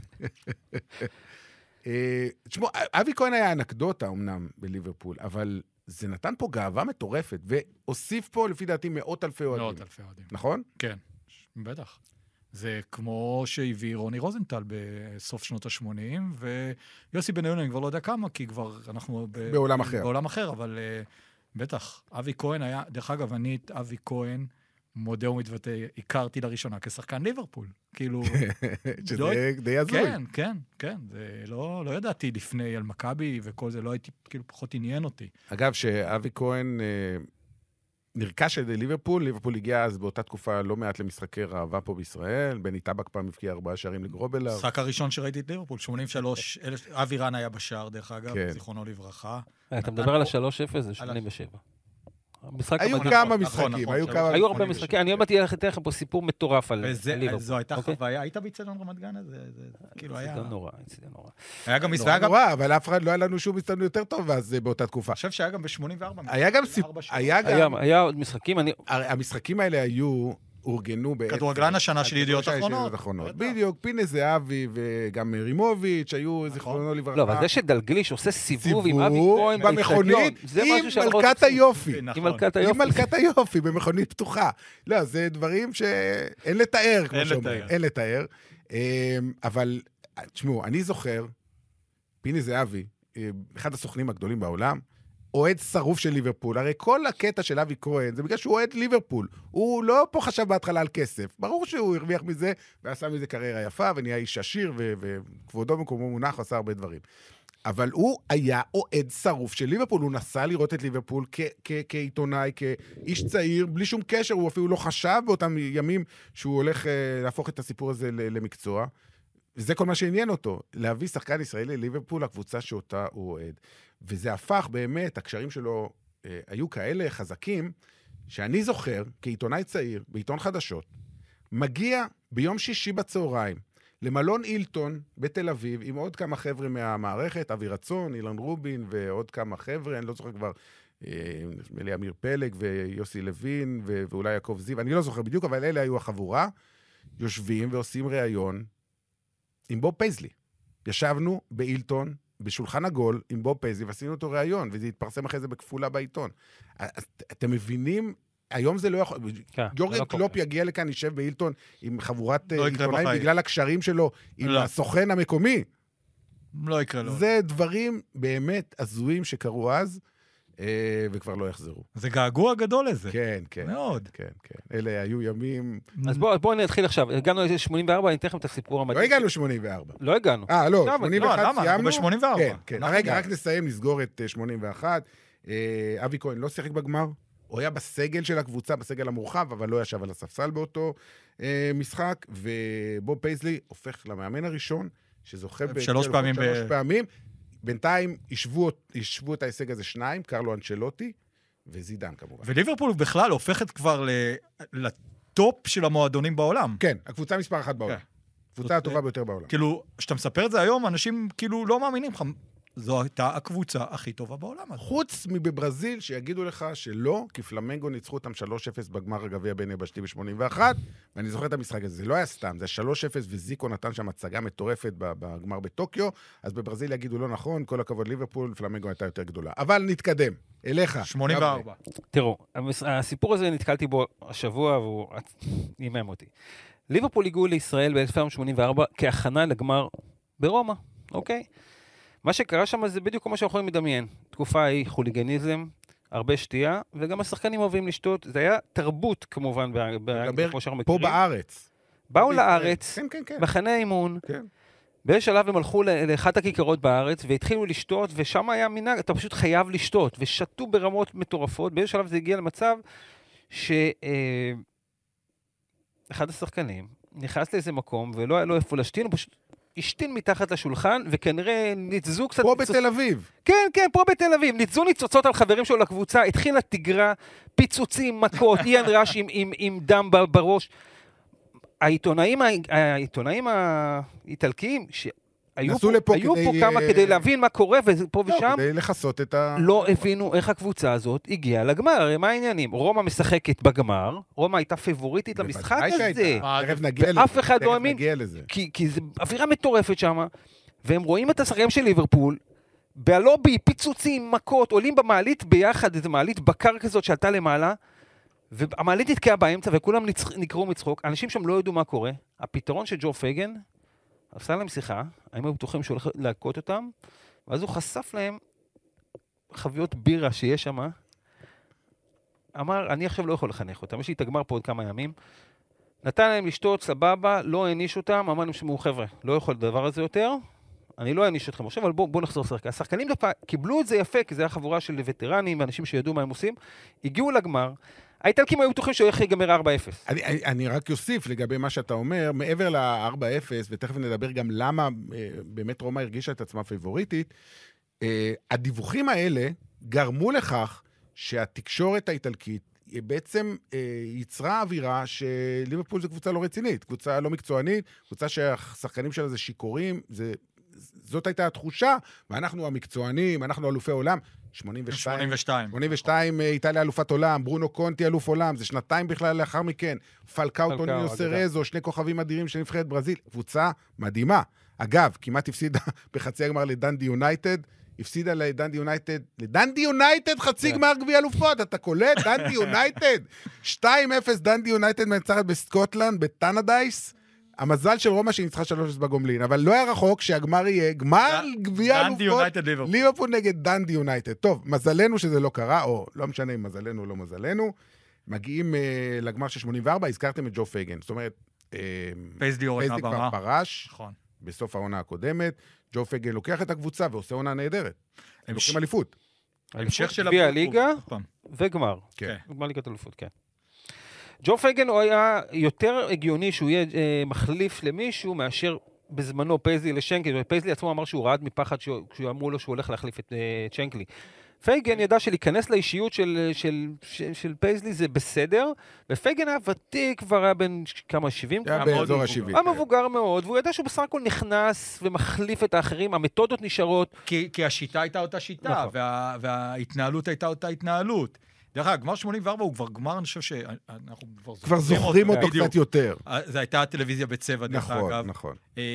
תשמעו, אבי כהן היה אנקדוטה אמנם בליברפול, אבל זה נתן פה גאווה מטורפת, והוסיף פה לפי דעתי מאות אלפי אוהדים. מאות אלפי אוהדים. נכון? כן, בטח. זה כמו שהביא רוני רוזנטל בסוף שנות ה-שמונים, ויוסי בניון, אני כבר לא יודע כמה, כי כבר אנחנו ב... בעולם אחר. בעולם אחר, אבל uh, בטח. אבי כהן היה, דרך אגב, אני את אבי כהן, מודה ומתוודא, הכרתי לראשונה כשחקן ליברפול. כאילו... שזה די הזוי. כן, כן, כן. זה לא, לא ידעתי לפני על מכבי וכל זה, לא הייתי, כאילו, פחות עניין אותי. אגב, שאבי כהן... נרכש על ידי ליברפול, ליברפול הגיע אז באותה תקופה לא מעט למשחקי ראווה פה בישראל, בני טבק פעם הבקיע ארבעה שערים לגרובלר. המשחק הראשון שראיתי את ליברפול, שמונים ושלוש, אבי רן היה בשער דרך אגב, זיכרונו לברכה. אתה מדבר על ה-שלוש אפס, זה שמונים ושבע. היו כמה משחקים, היו כמה... היו הרבה משחקים, אני עוד מעט אתן לכם פה סיפור מטורף על ליברפול. זו הייתה חוויה, היית באצטדיון רמת גן הזה? כאילו היה... זה נורא, זה נורא. היה גם נורא נורא, אבל אף אחד לא היה לנו שום אצטדיון יותר טוב אז באותה תקופה. אני חושב שהיה גם ב-שמונים וארבע. היה גם סיפור... היה עוד משחקים, המשחקים האלה היו... אורגנו בעצם... כדורגלן השנה של ידיעות אחרונות. בדיוק, פיני זהבי וגם רימוביץ' היו זיכרונו לברכה. לא, אבל זה שדלגליש עושה סיבוב עם אבי כהן במכונית עם מלכת היופי. עם מלכת היופי. עם מלכת היופי, במכונית פתוחה. לא, זה דברים שאין לתאר, כמו שאומרים. אין לתאר. אבל, תשמעו, אני זוכר, פיני זהבי, אחד הסוכנים הגדולים בעולם, אוהד שרוף של ליברפול. הרי כל הקטע של אבי כהן, זה בגלל שהוא אוהד ליברפול. הוא לא פה חשב בהתחלה על כסף. ברור שהוא הרוויח מזה, ועשה מזה קריירה יפה, ונהיה איש עשיר, וכבודו במקומו מונח, עשה הרבה דברים. אבל הוא היה אוהד שרוף של ליברפול. הוא נסע לראות את ליברפול כעיתונאי, כאיש צעיר, בלי שום קשר. הוא אפילו לא חשב באותם ימים שהוא הולך להפוך את הסיפור הזה למקצוע. וזה כל מה שעניין אותו, להביא שחקן ישראלי ליברפול, הקבוצה שאותה הוא אוהד. וזה הפך באמת, הקשרים שלו אה, היו כאלה חזקים, שאני זוכר, כעיתונאי צעיר, בעיתון חדשות, מגיע ביום שישי בצהריים, למלון אילטון בתל אביב, עם עוד כמה חבר'ה מהמערכת, אבי רצון, אילן רובין ועוד כמה חבר'ה, אני לא זוכר כבר, נשמע לי אמיר פלג ויוסי לוין ו- ואולי יעקב זיו, אני לא זוכר בדיוק, אבל אלה היו החבורה, יושבים ועושים ראיון עם בוב פייזלי. ישבנו באילטון, בשולחן עגול, עם בוב פייזלי, ועשינו אותו ראיון, וזה התפרסם אחרי זה בכפולה בעיתון. אתם מבינים? היום זה לא יכול... יורגן קלופ יגיע לכאן, יישב באילטון עם חבורת עיתונאים בגלל הקשרים שלו עם הסוכן המקומי. לא יקרה לו. זה דברים באמת הזויים שקרו אז, וכבר לא יחזרו. זה געגוע גדול לזה. כן, כן. מאוד. כן, כן. אלה היו ימים... אז בואו נתחיל עכשיו. הגענו ל-שמונים וארבע, אני אתן לכם את הסיפור המדהים. לא הגענו שמונים וארבע. לא הגענו. אה, לא, שמונים ואחת סיימנו. למה? אנחנו ב-שמונים וארבע. כן, כן. רגע, רק נסיים, נסגור את שמונים ואחת. אבי כהן לא שיחק בגמר. הוא היה בסגל של הקבוצה, בסגל המורחב, אבל לא ישב על הספסל באותו אה, משחק, ובוב פייזלי הופך למאמן הראשון, שזוכה שלוש פעמים. שלוש ב... פעמים. בינתיים ישבו, ישבו את ההישג הזה שניים, קרלו אנצ'לוטי, וזידן כמובן. וליברפול בכלל הופכת כבר ל... לטופ של המועדונים בעולם. כן, הקבוצה מספר אחת בעולם. כן. הקבוצה הטובה ביותר בעולם. כאילו, כשאתה מספר את זה היום, אנשים כאילו לא מאמינים לך. זו הייתה הקבוצה הכי טובה בעולם. חוץ מבברזיל, שיגידו לך שלא, כי פלמנגו ניצחו אותם שלוש אפס בגמר הגביע בין יבשתי ב-שמונים ואחת, ואני זוכר את המשחק הזה. זה לא היה סתם, זה שלוש אפס וזיקו נתן שם הצגה מטורפת בגמר בטוקיו, אז בברזיל יגידו לא נכון, כל הכבוד ליברפול, פלמנגו הייתה יותר גדולה. אבל נתקדם, אליך. שמונים וארבע. תראו, הסיפור הזה נתקלתי בו השבוע, והוא יימם אותי. ליברפול הגיעו לישראל ב-אלף תשע מאות שמונים וארבע כהכנה לגמר ברומא, אוקיי? מה שקרה שם זה בדיוק כמו שאנחנו יכולים לדמיין. תקופה היא חוליגניזם, הרבה שתייה, וגם השחקנים אוהבים לשתות. זה היה תרבות כמובן, כמו שאנחנו מכירים. פה בארץ. באו לארץ, כן, כן, כן. מחנה אימון. כן. באיזה שלב הם הלכו לאחת הכיכרות בארץ, והתחילו לשתות, ושם היה מנהג, אתה פשוט חייב לשתות, ושתו ברמות מטורפות. באיזה שלב זה הגיע למצב שאחד השחקנים נכנס לאיזה מקום, ולא היה לו איפה להשתין, הוא פשוט השתין מתחת לשולחן, וכנראה ניצזו קצת... פה בתל אביב. כן, כן, פה בתל אביב. ניצזו ניצוצות על חברים שלו לקבוצה, התחילה תגרה, פיצוצים, מכות, איין ראש עם, עם, עם דם בראש. העיתונאים, העיתונאים האיטלקיים, שהיו פה, לפה היו כדי, פה כמה כדי להבין מה קורה, ופה לא, ושם, כדי לחסות את ה... לא הבינו איך הקבוצה הזאת הגיעה לגמר. מה העניינים? רומא משחקת בגמר, רומא הייתה פיבוריטית למשחק הזה. תכף נגיע לזה. ואף אחד לא האמין, כי, כי זה אווירה מטורפת שם, והם רואים את השחקנים של ליברפול, בלובי, פיצוצים, מכות, עולים במעלית ביחד, איזו מעלית בקר כזאת שעלתה למעלה, והמעלית נתקעה באמצע, וכולם נקראו מצחוק. אנשים שם לא ידעו מה קורה. הפתרון של ג'ו פייגן, עשה להם שיחה, הם היו בטוחים שהוא הולך להכות אותם, ואז הוא חשף להם חביות בירה שיש שם, אמר, אני עכשיו לא יכול לחנך אותם, יש לי תגמר פה עוד כמה ימים, נתן להם לשתות, סבבה, לא העניש אותם, אמר להם שמעו, חבר'ה, לא יכול לדבר הזה יותר, אני לא אעניש אתכם עכשיו, אבל בואו בוא נחזור לשחק. השחקנים דווקא קיבלו את זה יפה, כי זה היה חבורה של וטרנים, ואנשים שידעו מה הם עושים, הגיעו לגמר, האיטלקים היו בטוחים שהוא הולך להיגמר ארבע אפס. אני, אני, אני רק יוסיף לגבי מה שאתה אומר, מעבר ל-ארבע אפס, ותכף נדבר גם למה אה, באמת רומא הרגישה את עצמה פיבוריטית, אה, הדיווחים האלה גרמו לכך שהתקשורת האיטלקית בעצם אה, יצרה אווירה שליברפול זה קבוצה לא רצינית, קבוצה לא מקצוענית, קבוצה שהשחקנים שלה זה שיכורים, זה, זאת הייתה התחושה, ואנחנו המקצוענים, אנחנו אלופי עולם, שמונים ושתיים. שמונים ושתיים. שמונים ושתיים איטליה אלופת עולם, ברונו קונטי אלוף עולם, זה שנתיים בכלל לאחר מכן, פלקאו טוניו סרזו, שני כוכבים אדירים של נבחרת ברזיל, קבוצה מדהימה. אגב, כמעט הפסידה בחצי הגמר לדנדי יונייטד, הפסידה לדנדי יונייטד, לדנדי יונייטד חצי גמר גביע אלופות, אתה קולט? דנדי יונייטד, שתיים אפס דנדי יונייטד מנצחת בסקוטלנד, בטנדייס, המזל של רומא שהיא ניצחה שלוש אפס בגומלין, אבל לא היה רחוק שהגמר יהיה גמר גביע אלופות, ליברפול נגד דנדי יונייטד. טוב, מזלנו שזה לא קרה, או לא משנה אם מזלנו או לא מזלנו, מגיעים uh, לגמר של שמונים וארבע, הזכרתם את ג'ו פייגן, זאת אומרת, uh, פייזלי כבר פרש, נכון. בסוף העונה הקודמת, ג'ו פייגן לוקח את הקבוצה ועושה עונה נהדרת. הם לוקחים אליפות. המשך של גביע הליגה וגמר. כן. גמר ליגת אלופות, כן. ג'ו פייגן הוא היה יותר הגיוני שהוא יהיה אה, מחליף למישהו מאשר בזמנו פייזלי לשנקלי, ופייזלי עצמו אמר שהוא רעד מפחד כשהוא אמרו לו שהוא הולך להחליף את uh, צ'נקלי. פייגן ידע שלהיכנס לאישיות של, של, של, של פייזלי זה בסדר, ופייגן היה ותיק, כבר היה בין כמה שבעים. היה באזור ה-שבעים. היה מבוגר מאוד, והוא ידע שהוא בסך הכל נכנס ומחליף את האחרים, המתודות נשארות. כי, כי השיטה הייתה אותה שיטה, נכון. וה, וההתנהלות הייתה אותה התנהלות. דרך אגב, גמר שמונים וארבע הוא כבר גמר, אני חושב שאנחנו כבר, כבר זוכרים אותו בדיוק. קצת יותר. זה הייתה הטלוויזיה בצבע, דרך נכון, אגב. נכון.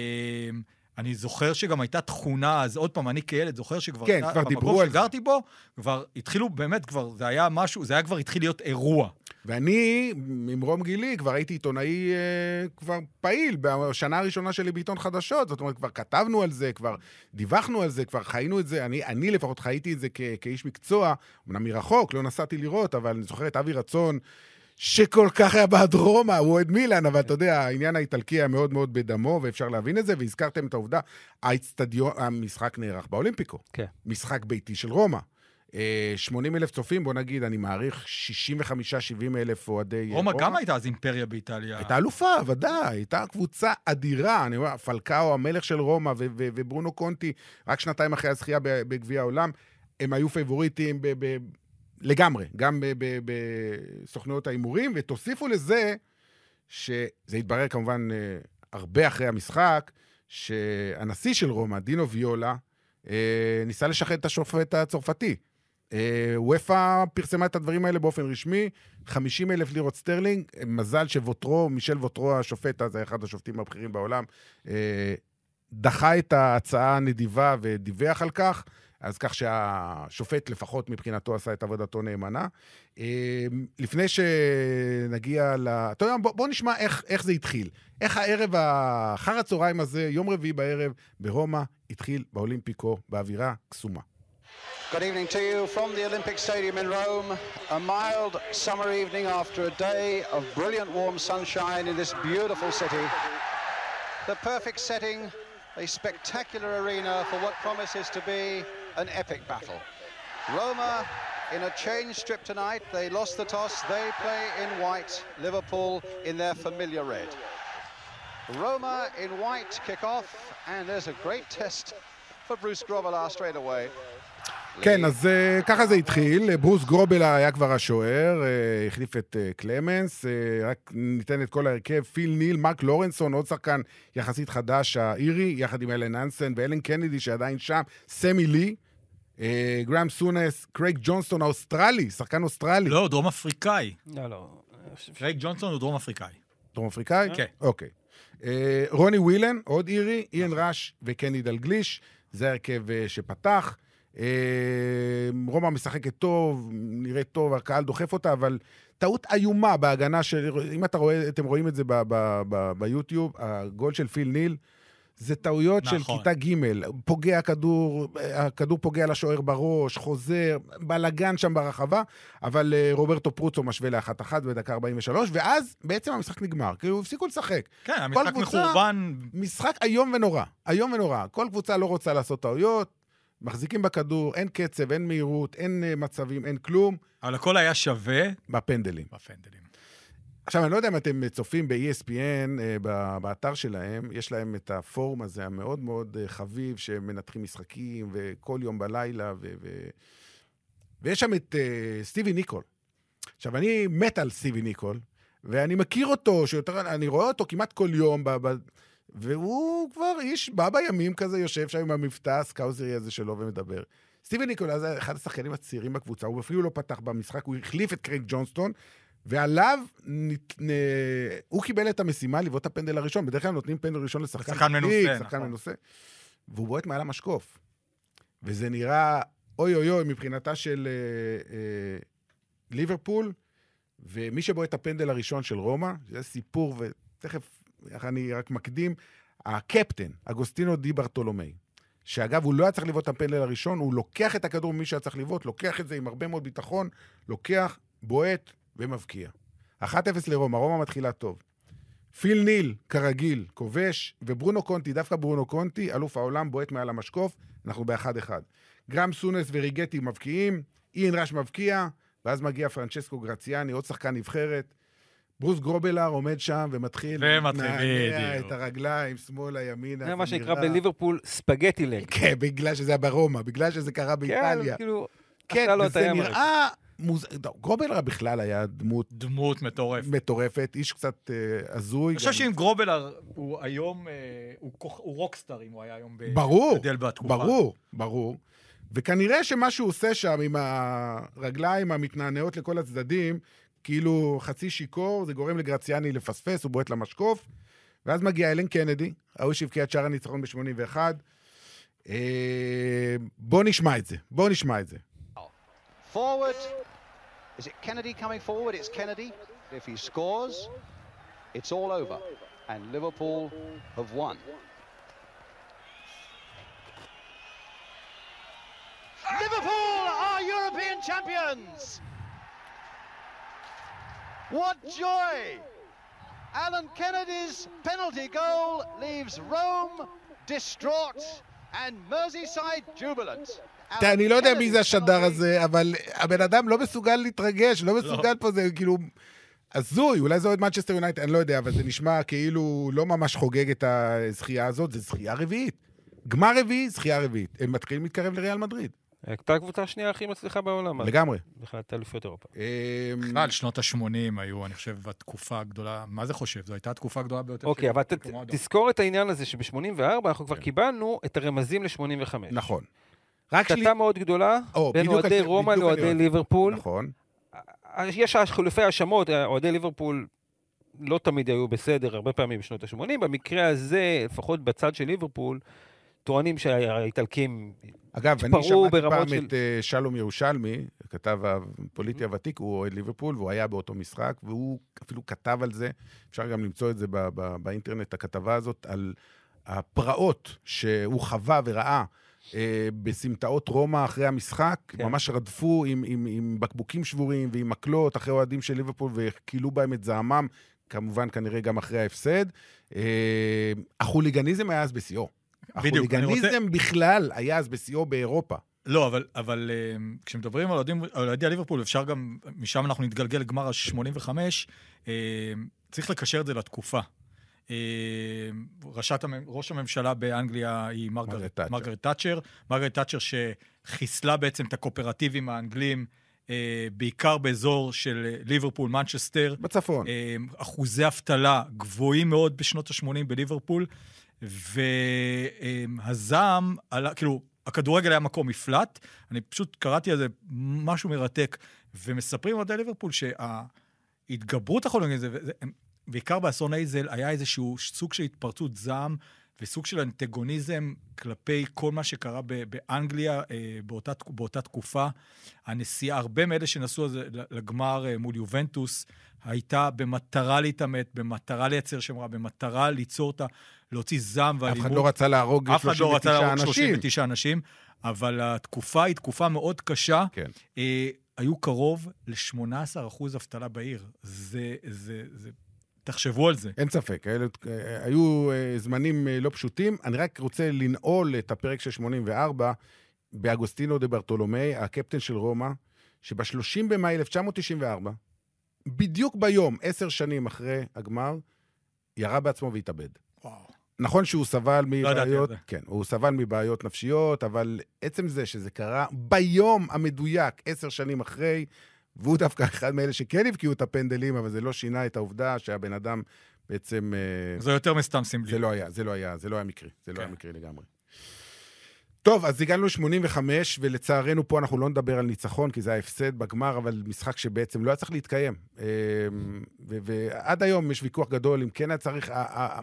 אני זוכר שגם הייתה תכונה, אז עוד פעם, אני כילד זוכר שכבר... כן, כבר דיברו על זה. שגרתי בו, כבר התחילו, באמת, כבר, זה היה משהו, זה היה כבר התחיל להיות אירוע. ואני, ממרום גילי, כבר הייתי עיתונאי אה, כבר פעיל, בשנה הראשונה שלי בעיתון חדשות, זאת אומרת, כבר כתבנו על זה, כבר דיווחנו על זה, כבר חיינו את זה, אני, אני לפחות חייתי את זה כ, כאיש מקצוע, אמנם מרחוק, לא נסעתי לראות, אבל אני זוכר את אבי רצון, שכל כך היה בעד רומא, הוא אוהד מילאן, אבל אתה יודע, העניין האיטלקי היה מאוד מאוד בדמו, ואפשר להבין את זה, והזכרתם את העובדה, האצטדיון, המשחק נערך באולימפיקו. כן. משחק ביתי של רומא. שמונים אלף צופים, בוא נגיד, אני מעריך שישים וחמש שבעים אלף אוהדי רומא. רומא גם הייתה אז אימפריה באיטליה. הייתה אלופה, ודאי, הייתה קבוצה אדירה, אני אומר, פלקאו, המלך של רומא, ו- ו- וברונו קונטי, רק שנתיים אחרי הזכייה בגביע העולם, הם היו פייבוריטים ב- ב- לגמרי, גם בסוכנויות האימורים, ותוסיפו לזה, שזה התברר כמובן הרבה אחרי המשחק, שהנשיא של רומא, דינו ויולה, ניסה לשחד את השופט הצרפתי. וופא פרסמה את הדברים האלה באופן רשמי, חמישים אלף לירות סטרלינג, מזל שווטרו, מישל ווטרו השופט, אז היה אחד השופטים הבכירים בעולם, דחה את ההצעה הנדיבה ודיווח על כך, אז כך שהשופט לפחות מבחינתו עשה את עבודתו נאמנה. לפני שנגיע ל... אתה יודע, בוא, בוא נשמע איך, איך זה התחיל. איך הערב, אחר הצהריים הזה, יום רביעי בערב, ברומא, התחיל באולימפיקו, באווירה קסומה. Good evening to you from the Olympic Stadium in Rome. A mild summer evening after a day of brilliant warm sunshine in this beautiful city. The perfect setting, a spectacular arena for what promises to be an epic battle. Roma in a change strip tonight. They lost the toss. They play in white. Liverpool in their familiar red. Roma in white kick off, and there's a great test for Bruce Grobbelaar straight away. כן, אז ככה זה התחיל. ברוס גרובלר היה כבר השוער, החליף את קלמנס, רק ניתן את כל ההרכב, פיל ניל, מרק לורנסון, עוד שחקן יחסית חדש, האירי, יחד עם אלן אנסן ואלן קנדי שעדיין שם, סמי לי, גרם סונס, קרייג ג'ונסטון האוסטרלי, שחקן אוסטרלי. לא, דרום אפריקאי. לא, לא. קרייג ג'ונסטון הוא דרום אפריקאי. דרום אפריקאי? כן. אוקיי. רוני ווילן, עוד אירי, איין ראש וקני דלגליש, זה הרכב שפתח. רומא משחקת טוב, נראה טוב, הקהל דוחף אותה, אבל טעות איומה בהגנה של, אם אתה רואה, אתם רואים את זה ביוטיוב, הגול של פיל ניל, זה טעויות של כיתה ג', פוגע הכדור, הכדור פוגע לשוער בראש, חוזר, בלגן שם ברחבה, אבל רוברטו פרוצו משווה לאחת אחת בדקה ארבעים ושלוש, ואז בעצם המשחק נגמר, כאילו הפסיקו לשחק. כן, המשחק מחורבן. משחק היום ונורא, היום ונורא. כל קבוצה לא רוצה לעשות טעויות, מחזיקים בכדור, אין קצב, אין מהירות, אין מצבים, אין כלום. אבל הכל היה שווה. בפנדלים. בפנדלים. עכשיו, אני לא יודע אם אתם צופים ב-אי אס פי אן, באתר שלהם, יש להם את הפורום הזה המאוד מאוד חביב, שמנתחים משחקים, וכל יום בלילה, ו... ו... ויש שם את uh, סטיבי ניקול. עכשיו, אני מת על סטיבי ניקול, ואני מכיר אותו, שיותר, אני רואה אותו כמעט כל יום, ב... ב... והוא כבר איש בא בימים כזה, יושב שם עם המבטא הסקאוזרי הזה שלו ומדבר. סטיבי ניקול, זה אחד השחקנים הצעירים בקבוצה, הוא אפילו לא פתח במשחק, הוא החליף את קרייג ג'ונסטון, ועליו, הוא קיבל את המשימה לבעוט את הפנדל הראשון, בדרך כלל נותנים פנדל ראשון לשחקן שחקן מנוסה, שחקן מנוסה, והוא בועט מעל המשקוף. וזה נראה, אוי אוי אוי, מבחינתה של אה, אה, ליברפול, ומי שבועט את הפנדל הראשון של רומא, זה סיפור, ותכף, איך אני רק מקדים, הקפטן, אגוסטינו די ברטולומי, שאגב, הוא לא היה צריך לבעוט את הפנדל הראשון, הוא לוקח את הכדור ממי שהיה צריך לבעוט, לוקח את זה עם הרבה מאוד ביטחון, לוקח, בועט, ומבקיע. אחת אפס לרומא, רומא מתחילה טוב. פיל ניל, כרגיל, כובש, וברונו קונטי, דווקא ברונו קונטי, אלוף העולם, בועט מעל המשקוף, אנחנו באחד אחד. גרם סונס וריגטי מבקיעים, איין ראש מבקיע, ואז מגיע פרנצ'סקו גרציאני, עוד שחקן נבחרת. ברוס גרובלר עומד שם ומתחיל... ומתחיל, נענע בדיוק. את הרגליים, שמאלה, ימינה. זה מה שנקרא בליברפול ספגטי לג. כן, בגלל שזה היה ברומא, בגלל שזה קרה באיטליה. כן, כאילו... כן, עשה לו את וזה הים נראה... מוז... טוב, גרובלר בכלל היה דמות דמות מטורף. מטורפת, איש קצת אה, הזוי. אני חושב גם- שאם גרובלר הוא היום, אה, הוא כוח- הוא רוקסטאר, אם הוא היה היום ב- ברור, גדל בתקופה. ברור, ברור. וכנראה שמה שהוא עושה שם עם הרגליים המתנענעות לכל הצדדים, כאילו חצי שיקור, זה גורם לגרציאני לפספס, הוא בועט למשקוף, ואז מגיע אלן קנדי, ההוא שהבקיע את שער הניצחון ב-שמונים ואחת. אה, בוא נשמע את זה, בוא נשמע את זה. Forward. Is it Kennedy coming forward? It's Kennedy. If he scores, it's all over. And Liverpool have won. Liverpool are European champions! What joy! Alan Kennedy's penalty goal leaves Rome distraught and Merseyside jubilant. תראה, אני לא יודע מי זה השדר הזה, אבל הבן אדם לא מסוגל להתרגש, לא מסוגל פה, זה כאילו... הזוי, אולי זה עוד מנצ'סטר יונייטד, אני לא יודע, אבל זה נשמע כאילו לא ממש חוגג את הזכייה הזאת, זה זכייה רביעית. גמר רביעי, זכייה רביעית. הם מתחילים להתקרב לריאל מדריד. הייתה הקבוצה השנייה הכי מצליחה בעולם. לגמרי. בכלל, אליפויות אירופה. בכלל, שנות ה-שמונים היו, אני חושב, התקופה הגדולה, מה זה חושב? זו הייתה התקופה הגדולה ביותר. אוקיי, של- אבל ת- כלומר, תזכור את העניין הזה שב-שמונים וארבע אנחנו כבר קיבלנו את הרמזים ל-שמונים וחמש. נכון. רק שלי... קטע מאוד גדולה או, בין בדיוק אוהדי על- רומא בדיוק אני לאוהדי אומר. ליברפול. נכון. יש חילופי האשמות, אוהדי ליברפול לא תמיד היו בסדר, הרבה פעמים בשנות ה-שמונים. במקרה הזה, לפחות בצד של ליברפול, טוענים שהאיטלקים... אגב, אני התפרעו שמעתי ברמות פעם של- את אה, שלום ירושלמי, כתב הפוליטי הוותיק, הוא אוהד ליברפול, והוא היה באותו משחק, והוא אפילו כתב על זה, אפשר גם למצוא את זה ב- ב- באינטרנט, הכתבה הזאת, על הפרעות שהוא חווה וראה אה, בסמטאות רומא אחרי המשחק, כן. ממש רדפו עם, עם, עם בקבוקים שבורים ועם מקלות אחרי אוהדים של ליברפול, וכילו בהם את זעמם, כמובן כנראה גם אחרי ההפסד. אה, החוליגניזם היה אז בשיאו. בדיוק, אני רוצה- החוליגניזם בכלל היה אז בשיאו באירופה. לא, אבל, אבל אה, כשמדברים על אוהדים- על אוהדי ליברפול, אפשר גם, משם אנחנו נתגלגל לגמר ה-שמונים וחמש, אה, צריך לקשר את זה לתקופה. אה, ראשת, המ- ראש הממשלה באנגליה היא מרגרט מרגרט תאצ'ר. מרגרט תאצ'ר, מרגרט תאצ'ר שחיסלה בעצם את הקואופרטיבים האנגלים, אה, בעיקר באזור של ליברפול, מנצ'סטר, בצפון. אה, אחוזי אבטלה גבוהים מאוד בשנות ה-שמונים בליברפול, והזעם, עלה, כאילו, הכדורגל היה מקום מפלט, אני פשוט קראתי על זה משהו מרתק, ומספרים על ליברפול שההתגברות החולנית, בעיקר באסון אייזל, היה איזשהו סוג של התפרצות זעם, וסוג של אנטגוניזם כלפי כל מה שקרה ב- באנגליה אה, באותה, באותה תקופה. הנסיעה, הרבה מאלה שנסעו לגמר אה, מול יובנטוס, הייתה במטרה להתעמת, במטרה לייצר שם רע, במטרה ליצור אותה, להוציא זעם אף ואלימות. אחד לא רצה להרוג אף אחד לא רצה להרוג אנשים. שלושים ותשעה אנשים, אבל התקופה היא תקופה מאוד קשה. כן. אה, היו קרוב ל-שמונה עשר אחוז אבטלה בעיר. זה, זה, זה... תחשבו על זה. אין ספק, אלה, אה, היו אה, זמנים אה, לא פשוטים. אני רק רוצה לנעול את הפרק של שמונים וארבע באגוסטינו דה ברטולומי, הקפטן של רומא, שב-שלושים במאי אלף תשע מאות תשעים וארבע, בדיוק ביום, עשר שנים אחרי הגמר, ירה בעצמו והתאבד. וואו. נכון שהוא סבל ידעתי על מבעיות, זה. כן, הוא סבל מבעיות נפשיות, אבל עצם זה שזה קרה ביום המדויק, עשר שנים אחרי, והוא דווקא אחד מאלה שכן הבקיעו את הפנדלים, אבל זה לא שינה את העובדה שהבן אדם בעצם... אה, זה יותר מסתם סמלי. זה לא היה, זה לא היה, זה לא היה מקרי, זה לא כן. היה מקרי לגמרי. טוב, אז הגענו ל-שמונים וחמש, ולצערנו פה אנחנו לא נדבר על ניצחון, כי זה היה הפסד בגמר, אבל משחק שבעצם לא היה צריך להתקיים. אה, ו- ועד היום יש ויכוח גדול, אם כן היה צריך... ה- ה-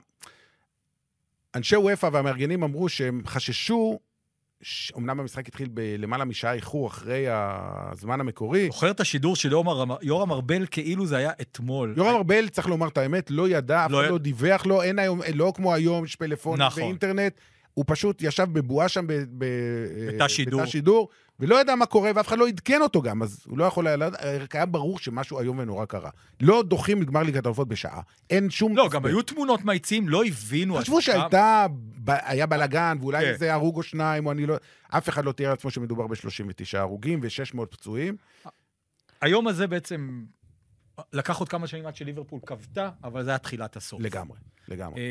אנשי וופא והמארגנים אמרו שהם חששו, ש- אמנם המשחק התחיל בלמעלה משעה איחור אחרי הזמן המקורי, זוכר את השידור של יורם- יורם ארבל כאילו זה היה אתמול. יורם ארבל, צריך לומר את האמת, לא ידע, אף לא אחד יד- לא דיווח לו, אין היום, לא כמו היום, יש פלאפון נכון. ואינטרנט, הוא פשוט ישב בבועה שם ב- ב- בתא שידור. בתא שידור, ולא ידע מה קורה, ואף אחד לא עדכן אותו גם, אז הוא לא יכול היה לדעת, היה ברור שמשהו היום ונורא קרה. לא דוחים לגמר ליגת האלופות בשעה, אין שום... לא, גם היו תמונות מהיציעים, לא הבינו. חשבו עד כמה- שהייתה, ב- היה בלגן, ואולי כן. איזה הרוג או שניים, או אני לא... אף אחד לא תיאר לעצמו שמדובר ב-שלושים ותשעה הרוגים ו-שש מאות פצועים. היום הזה בעצם, לקח עוד כמה שנים עד שליברפול קבטה, אבל זה היה תחילת הסוף. לגמרי, לגמרי.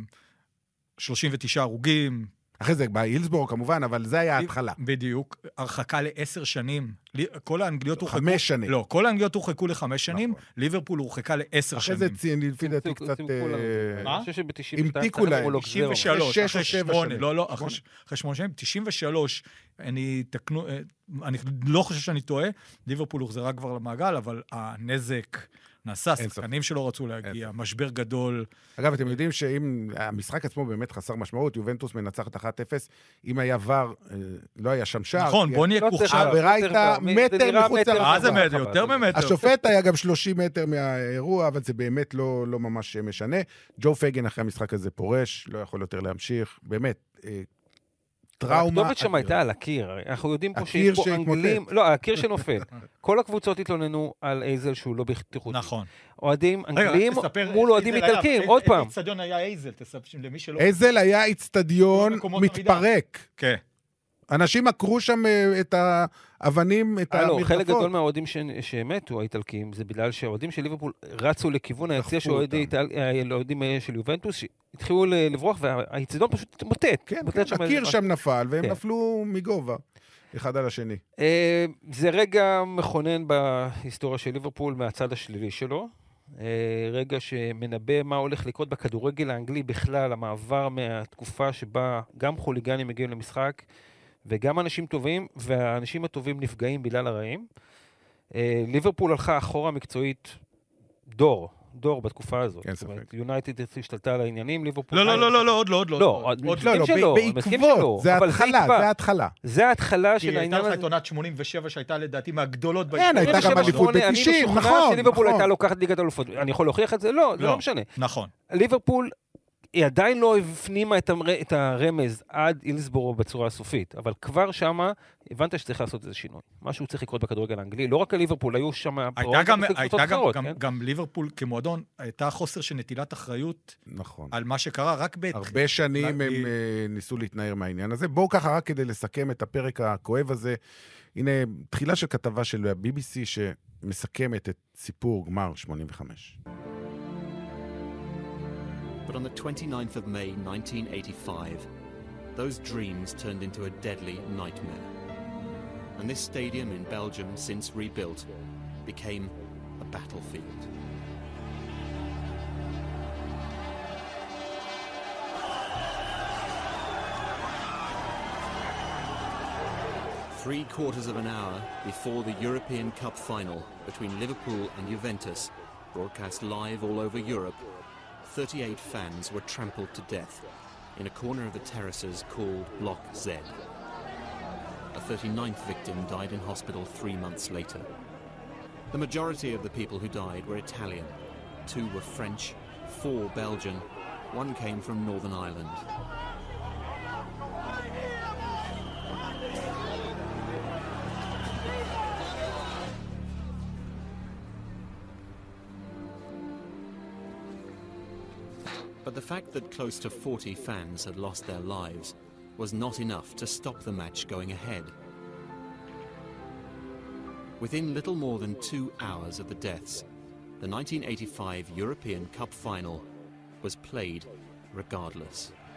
שלושים ותשעה הרוגים. אחרי זה, בהילסבורג כמובן, אבל זה היה ההתחלה. בדיוק. הרחקה לעשר שנים. כל האנגליות הורחקו... חמש שנים. לא, כל האנגליות הורחקו לחמש שנים, ליברפול הורחקה לעשר שנים. אחרי זה, לפי דעתי קצת... מה? אני חושב שב-תשעים ושתיים... המתיקו להם. תשעים ושלוש, שש או שבע שנים. לא, לא, אחרי שמונה שנים. תשעים ושלוש, אני תקנו... אני לא חושב שאני טועה, ליברפול הוחזרה כבר למעגל, אבל הנזק... נעשה, שחקנים שלא רצו להגיע, משבר גדול. אגב, אתם יודעים שאם המשחק עצמו באמת חסר משמעות, יובנטוס מנצחת אחת אפס, אם היה ור, לא היה שם שער. נכון, בוא נהיה כוכב. העבירה הייתה מטר מחוץ לרחבה. מה זה מטר? יותר ממטר. השופט היה גם שלושים מטר מהאירוע, אבל זה באמת לא ממש משנה. ג'ו פייגן אחרי המשחק הזה פורש, לא יכול יותר להמשיך. באמת, טראומה. הכתובת שם הייתה על הקיר, אנחנו יודעים פה שיש פה אנגלים, לא, הקיר שנופל. כל הקבוצות התלוננו על אייזל שהוא לא בטיחותי. נכון. אוהדים אנגלים מול אוהדים איטלקים, עוד פעם. איזה אצטדיון היה אייזל, תספר למי שלא... אייזל היה אצטדיון מתפרק. כן. אנשים עקרו שם את האבנים, את המרדפות. חלק גדול מהאוהדים שמתו, האיטלקים, זה בגלל שהאוהדים של ליברפול רצו לכיוון היציע של האוהדים של יובנטוס, שהתחילו לברוח, והאיצטדיון פשוט מוטט. כן, הקיר שם נפל, והם נפלו מגובה, אחד על השני. זה רגע מכונן בהיסטוריה של ליברפול מהצד השלילי שלו. רגע שמנבא מה הולך לקרות בכדורגל האנגלי בכלל, המעבר מהתקופה שבה גם חוליגנים מגיעים למשחק, וגם אנשים טובים, והאנשים הטובים נפגעים בגלל הרעים. ליברפול הלכה אחורה מקצועית דור, דור בתקופה הזאת. כן, ספק. יונייטד השתלטה על העניינים, ליברפול... לא, לא, לא, לא, לא, עוד לא, עוד לא. לא, לא, בעקבות, זה ההתחלה, זה ההתחלה. זה ההתחלה של העניין הזה. כי הייתה לך את עונת שמונים ושבע שהייתה לדעתי מהגדולות בהיסטוריה. כן, הייתה גם אליפות ב-תשעים, נכון. אני משוכנע שליברפול הייתה לוקחת ליגת האלופות. אני יכול להוכיח את זה? לא, זה לא משנה. נכון. ליברפול היא עדיין לא הפנימה את, המר... את הרמז עד אילסבורו בצורה הסופית, אבל כבר שמה הבנת שצריך לעשות איזה שינוי. משהו צריך לקרות בכדורגל האנגלי, לא רק ליברפול, היו שם פרעות וקבוצות אחרות. גם, כן? גם ליברפול כמועדון, הייתה חוסר של נטילת אחריות נכון. על מה שקרה רק ב... הרבה שנים הם ב... ניסו להתנער מהעניין הזה. בואו ככה רק כדי לסכם את הפרק הכואב הזה. הנה, תחילה של כתבה של ה-בי בי סי שמסכמת את סיפור גמר שמונים וחמש. But on the twenty-ninth of May nineteen eighty-five, those dreams turned into a deadly nightmare. And this stadium in Belgium, since rebuilt, became a battlefield. Three quarters of an hour before the European Cup final between Liverpool and Juventus, broadcast live all over Europe, thirty-eight fans were trampled to death in a corner of the terraces called Block Z. A thirty-ninth victim died in hospital three months later. The majority of the people who died were Italian. Two were French, four Belgian, one came from Northern Ireland. But the fact that close to forty fans had lost their lives was not enough to stop the match going ahead. Within little more than two hours of the deaths, the nineteen eighty-five European Cup final was played regardless.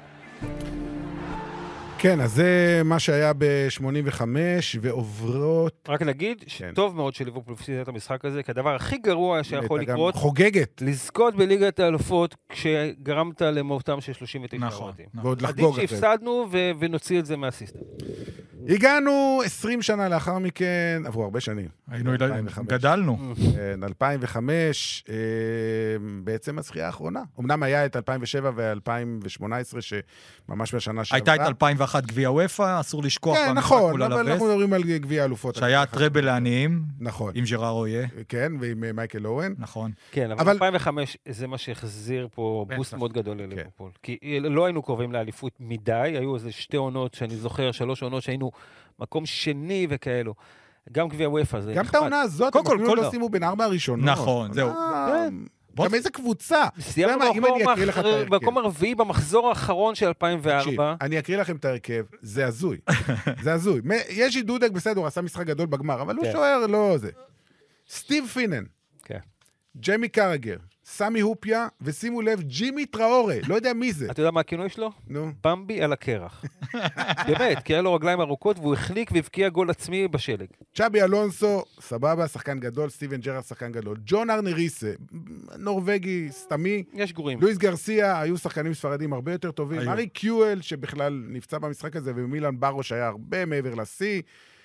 כן, אז זה מה שהיה ב-שמונים וחמש, ועוברות... רק נגיד שטוב מאוד שליברפול הפסידה את המשחק הזה, כי הדבר הכי גרוע שיכול לקרות... חוגגת. לזכות בליגת האלופות כשגרמת למותם של שלושים ותשע אוהדים. ועוד לחגוג. עדיף שהפסדנו ונוציא את זה מהסיסטם. הגענו עשרים שנה לאחר מכן, עברו הרבה שנים. היינו, גדלנו. אלפיים וחמש, בעצם הזכייה האחרונה. אמנם היה את אלפיים ושבע ו-אלפיים ושמונה עשרה, שממש בשנה שעברה. הייתה את אלפיים ואחת גביע וופא, אסור לשכוח. כן, נכון, אבל אנחנו מדברים על גביע אלופות. שהיה טראבל לעניים. נכון. עם ג'ראר רויה. כן, ועם מייקל אוהן. נכון. כן, אבל אלפיים וחמש זה מה שהחזיר פה בוסט מאוד גדול לליברפול. כי לא היינו קרובים לאליפות מדי, היו איזה שתי עונות שאני זוכר, שלוש עונות שהיינו מקום שני וכאלו. גם גביע וופא זה... גם את העונה הזאת, הם אפילו לא שימו בין ארבע הראשונות. נכון, זהו. גם איזה קבוצה. סיימנו במקום הרביעי במחזור האחרון של אלפיים וארבע. אני אקריא לכם את ההרכב, זה הזוי. זה הזוי. יש דודק בסדר, הוא עשה משחק גדול בגמר, אבל הוא שוער לא זה. סטיב פינן. ג'מי קרגר, סמי הופיה, ושימו לב, ג'ימי טראורה, לא יודע מי זה. אתה יודע מה הכינוי שלו? נו. במבי על הקרח. באמת, כי היה לו רגליים ארוכות, והוא החליק והבקיע גול עצמי בשלג. צ'אבי אלונסו, סבבה, שחקן גדול, סטיבן ג'רארד, שחקן גדול. ג'ון ארנריסה, נורווגי, סתמי. יש גורים. לואיס גרסיה, היו שחקנים ספרדים הרבה יותר טובים. היו. ארי קיואל, שבכלל נפצע במשחק הזה, ומילן ברוש היה הרבה מעבר לשיא.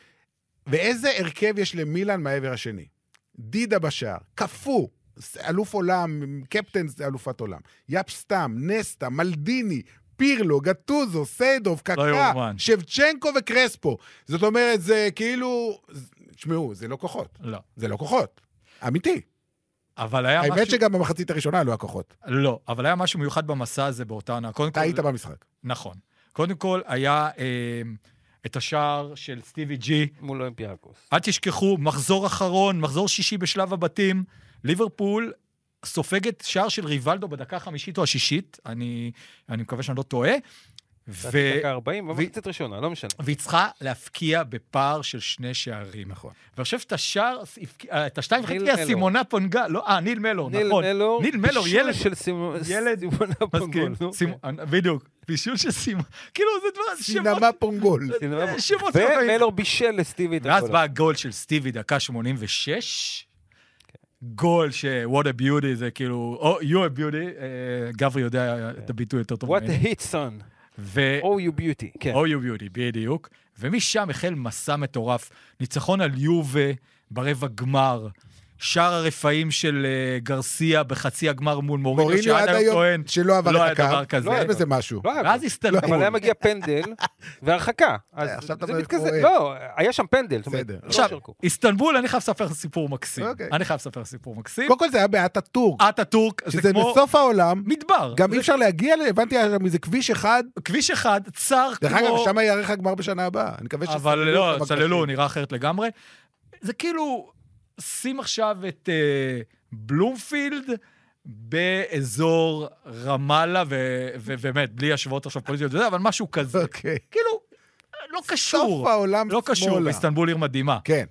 ואיזה הרכב יש למילן מהעבר השני? דידה בשער, קפו, אלוף עולם, קפטן אלופת עולם. יאפ סטאם, נסטה, מלדיני, פירלו, גטוזו, סיידוב, קקה, שבצ'נקו וקרספו. זאת אומרת, זה כאילו... תשמעו, זה לא כוחות. לא. זה לא כוחות. אמיתי. אבל היה משהו... האמת שגם במחצית הראשונה לא הכוחות. לא, אבל היה משהו מיוחד במסע הזה באותה עונה. אתה היית במשחק. נכון. קודם כל, היה אה, את השער של סטיבי ג'י. מול אולימפיאקוס. אל תשכחו, מחזור אחרון, מחזור שישי בשלב הבתים, ליברפול סופגת שער של ריבלדו בדקה החמישית או השישית, אני, אני מקווה שאני לא טועה. ו... דקה ארבעים, במחצית ראשונה, לא משנה. והיא צריכה להפקיע בפער של שני שערים. נכון. ואני חושב שאת השער, את השתיים חלקי הסימונה פונגה, לא, אה, ניל מלור, נכון. ניל מלור, ניל מלור, ילד של סימונה פונגול. בדיוק, בישול של סימונה, כאילו זה דבר, סינמה פונגול. שמות. ומלור בישל לסטיבי. ואז בא הגול של סטיבי, דקה שמונים ושש, גול ש- what a beauty, זה כאילו, oh, you a beauty, גברי יודע את הביטוי יותר טוב. What a hit son. ו- Oh you beauty, כן. Oh you beauty, בדיוק. ומשם החל מסע מטורף, ניצחון על יובה ברבע גמר, שער הרפאים של uh, גרסיה בחצי הגמר מול מוריניו, מוריניו עד היום שלא עבר לא את הקו, לא היה בזה משהו. לא היה ואז הסתלבול. אבל היה מגיע פנדל והרחקה. עכשיו אתה זה אומר מתכזה, כמו... לא, היה שם פנדל. בסדר. עכשיו, איסטנבול, אני חייב לספר סיפור מקסים. אוקיי. אני חייב לספר סיפור מקסים. קודם כל זה היה באטאטורק. אטאטורק, זה שזה כמו בסוף העולם. מדבר. גם אי אפשר להגיע, הבנתי מזה כביש אחד. כביש אחד, צר כמו... דרך אגב, שם יארך הגמר בשנה הבאה. אני מקווה אבל לא, צללו, נראה אחרת לגמרי. זה כאילו, שים עכשיו את בלומפילד באזור רמאללה, ובאמת, בלי השוואות עכשיו פוליטיות, אבל משהו כזה. כאילו, לא קשור. סוף העולם שמאלה. לא קשור, איסטנבול עיר מדהימה. כן.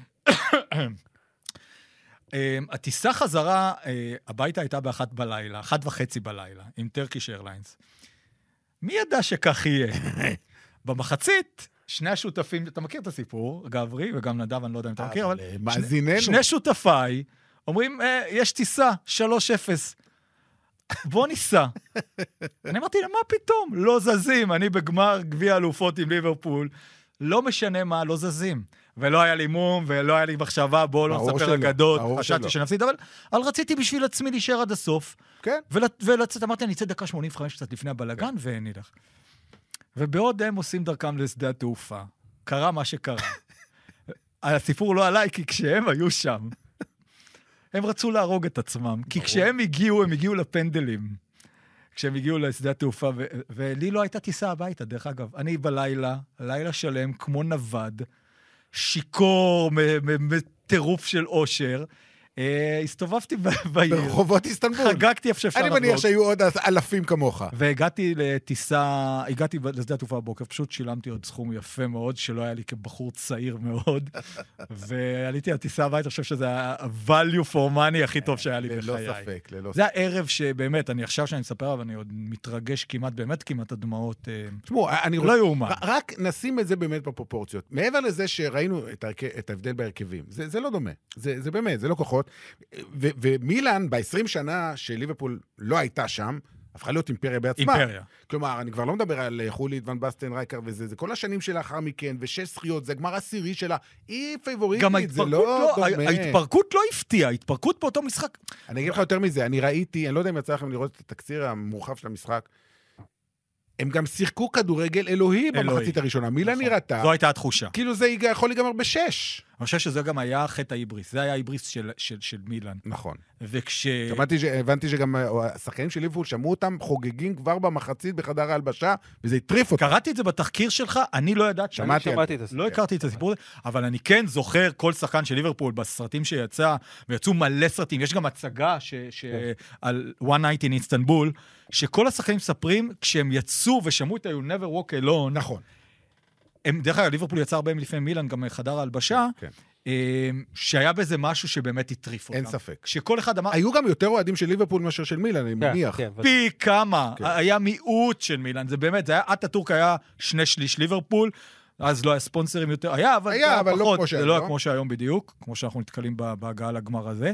הטיסה חזרה, הביתה הייתה באחת בלילה, אחת וחצי בלילה, עם טרקיש איירליינס. מי ידע שכך יהיה? במחצית, שני השותפים, אתה מכיר את הסיפור, גברי, וגם נדב, אני לא יודע אם אתה מכיר, אבל... מאזיננו. שני שותפיי אומרים, יש טיסה, שלוש אפס. בוא ניסע. אני אמרתי לה, מה פתאום? לא זזים, אני בגמר גביע אלופות עם ליברפול, לא משנה מה, לא זזים. ולא היה לי מום, ולא היה לי מחשבה, בואו לא נספר אגדות, חשבתי שנפסיד, אבל, אבל רציתי בשביל עצמי להישאר עד הסוף. כן. ולצאת, אמרתי, אני אצא דקה שמונים וחמש קצת לפני הבלגן, ונלך. ובעוד הם עושים דרכם לשדה התעופה, קרה מה שקרה. הסיפור לא עליי, כי כשהם היו שם, הם רצו להרוג את עצמם, כי כשהם הגיעו, הם הגיעו לפנדלים. כשהם הגיעו לשדה התעופה, ו- ולי לא הייתה טיסה הביתה, דרך אגב. אני בלילה, לילה שלם, כמו נווד, שיקור, מטירוף של אושר, הסתובבתי בעיר. ברחובות איסטנבול. חגגתי איפה שאפשר לחגוג. אני מניח שהיו עוד אלפים כמוך. והגעתי לטיסה, הגעתי לשדה התעופה בבוקר, פשוט שילמתי עוד סכום יפה מאוד, שלא היה לי כבחור צעיר מאוד, ועליתי לטיסה הביתה, אני חושב שזה ה-value for money הכי טוב שהיה לי בחיי. ללא ספק, ללא ספק. זה הערב שבאמת, אני עכשיו שאני מספר, אבל אני עוד מתרגש כמעט, באמת כמעט הדמעות, לא יאומן. רק נשים את זה באמת בפרופורציות. מעבר לזה שראינו את ההבדל בהרכבים, זה לא דומה. זה באמת, זה לא כוחות. ומילאן, ב-עשרים שנה שליברפול לא הייתה שם, הפכה להיות אימפריה בעצמה. אימפריה. כלומר, אני כבר לא מדבר על חולית, ון בסטן, רייקר וזה, זה כל השנים שלאחר מכן, ושש זכיות, זה הגמר עשירי שלה, היא פייבוריטית, זה לא דומה. ההתפרקות לא הפתיעה, ההתפרקות באותו משחק. אני אגיד לך יותר מזה, אני ראיתי, אני לא יודע אם יצא לכם לראות את התקציר המורחב של המשחק, הם גם שיחקו כדורגל אלוהי במחצית הראשונה. מילאן נראתה. זו הייתה התחושה. כאילו זה יכול להיגמר בשש. אני חושב שזה גם היה חטא ההיבריס. זה היה ההיבריס של, של, של מילאן. נכון. וכש... הבנתי שגם השחקנים של ליברפול שמעו אותם חוגגים כבר במחצית בחדר ההלבשה, וזה הטריף אותם. קראתי את זה בתחקיר שלך, אני לא ידעתי. שמעתי. לא הכרתי את הסיפור הזה, אבל אני כן זוכר כל שחקן של ליברפול בסרטים שיצא, ויצאו מלא סרטים. יש גם הצגה ש... ש... על one night in איסטנבול, שכל השחקנים מספרים, כשהם יצאו ושמעו את ה-You'll never walk alone, נכון. הם, דרך אגב, ליברפול יצא הרבה לפני מילאן, גם חדר ההלבשה, כן. שהיה בזה משהו שבאמת הטריף אותם. אין ספק. שכל אחד אמר... היו גם יותר אוהדים של ליברפול מאשר של מילאן, אני מניח. פי כמה. היה מיעוט של מילאן. זה באמת, אטאטורק היה שני שליש ליברפול, אז לא היה ספונסרים יותר. היה, אבל היה, אבל לא כמו שהיום. זה לא היה כמו שהיום בדיוק, כמו שאנחנו נתקלים בהגעה לגמר הזה.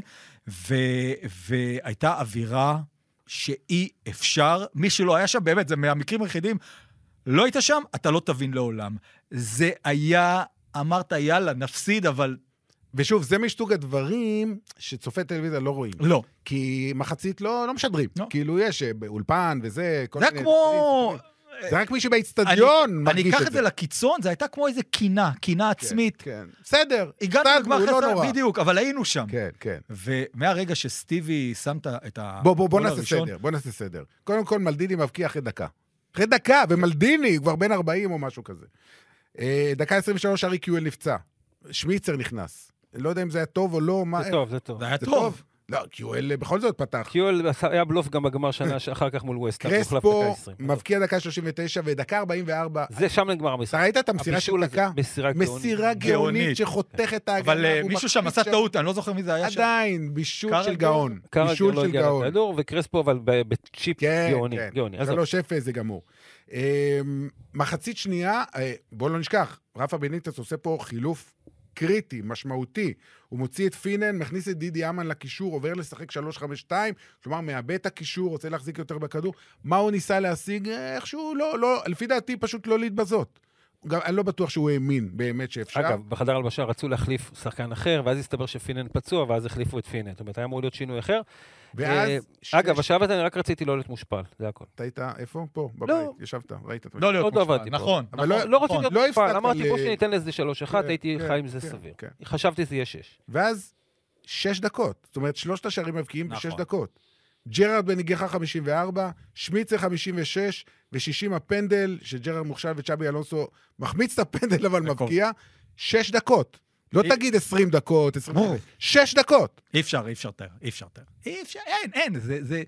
והייתה אווירה שאי אפשר, מי שלא היה שם, באמת, זה מהמקרים היחידים, לא היית שם, אתה לא תבין לעולם. זה היה, אמרת, יאללה, נפסיד, אבל... ושוב, זה משתוג הדברים שצופי טלוויזיה לא רואים. לא. כי מחצית לא, לא משדרים. לא. כאילו יש באולפן וזה... זה היה כמו... זה רק מי שבאצטדיון מרגיש את זה. אני אקח את זה לקיצון, זה הייתה כמו איזה קינה, קינה עצמית. כן, בסדר. הגענו לגמר חסר, בדיוק, אבל היינו שם. כן, כן. ומהרגע שסטיבי שמת את ה... בוא, בוא, בוא נעשה סדר, בוא נעשה סדר. קודם כל, מלדיני מבקיע אחרי דקה. אחרי דקה, ומלדיני, כבר בין ארבעים או משהו כזה. דקה עשרים ושלוש, ארי קיואל נפצע. שמיצר נכנס. לא יודע אם זה היה טוב או לא. זה טוב, זה טוב. זה היה טוב. לא, קיואל בכל זאת פתח. קיואל היה בלוף גם בגמר שנה אחר כך מול ווסט. קרספו מבקיע דקה שלושים ותשע ודקה ארבעים וארבע. זה שם נגמר המשחק. אתה ראית את המסירה של דקה? מסירה גאונית שחוטחת את ההגנה. אבל מישהו שם עשה טעות, אני לא זוכר מי זה היה שם. עדיין, בישול של גאון. בישול של גאון. וקרספו אבל בצ'יפ גאוני. שלוש אפס זה גמור. מחצית שנייה, בוא לא נשכח, רפה בניטס עושה פה חילוף קריטי, משמעותי. הוא מוציא את פינן, מכניס את דידי אמן לקישור, עובר לשחק שלוש חמש שתיים, כלומר, מאבד את הקישור, רוצה להחזיק יותר בכדור. מה הוא ניסה להשיג? איכשהו לא, לא, לפי דעתי פשוט לא להתבזות. גם, אני לא בטוח שהוא האמין באמת שאפשר. אגב, בחדר הלבשה רצו להחליף שחקן אחר, ואז הסתבר שפינן פצוע, ואז החליפו את פינן. זאת אומרת, היה אמור להיות שינוי אחר. ואז... אגב, בשלב הזה אני רק רציתי לא להיות מושפל, זה הכל. אתה היית, איפה? פה, בבית, ישבת, ראית. לא להיות מושפל, נכון. לא רציתי להיות מושפל, אמרתי בוא שניתן לזה שלוש אחת, הייתי חי עם זה סביר. חשבתי שזה יהיה שש. ואז שש דקות, זאת אומרת, שלושת השערים מבקיעים בשש דקות. ג'רארד בנגיחה חמישים וארבע, שמיצר חמישים ושש, ו-שישים הפנדל, שג'רארד מוכשל וצ'אבי אלונסו מחמיץ את הפנדל, אבל מבקיע, שש דקות. לא תגיד עשרים דקות, עשרים דקות, שש דקות. אי אפשר, אי אפשר תאר, אי אפשר תאר. אי אפשר, אין, אין, זה, זה...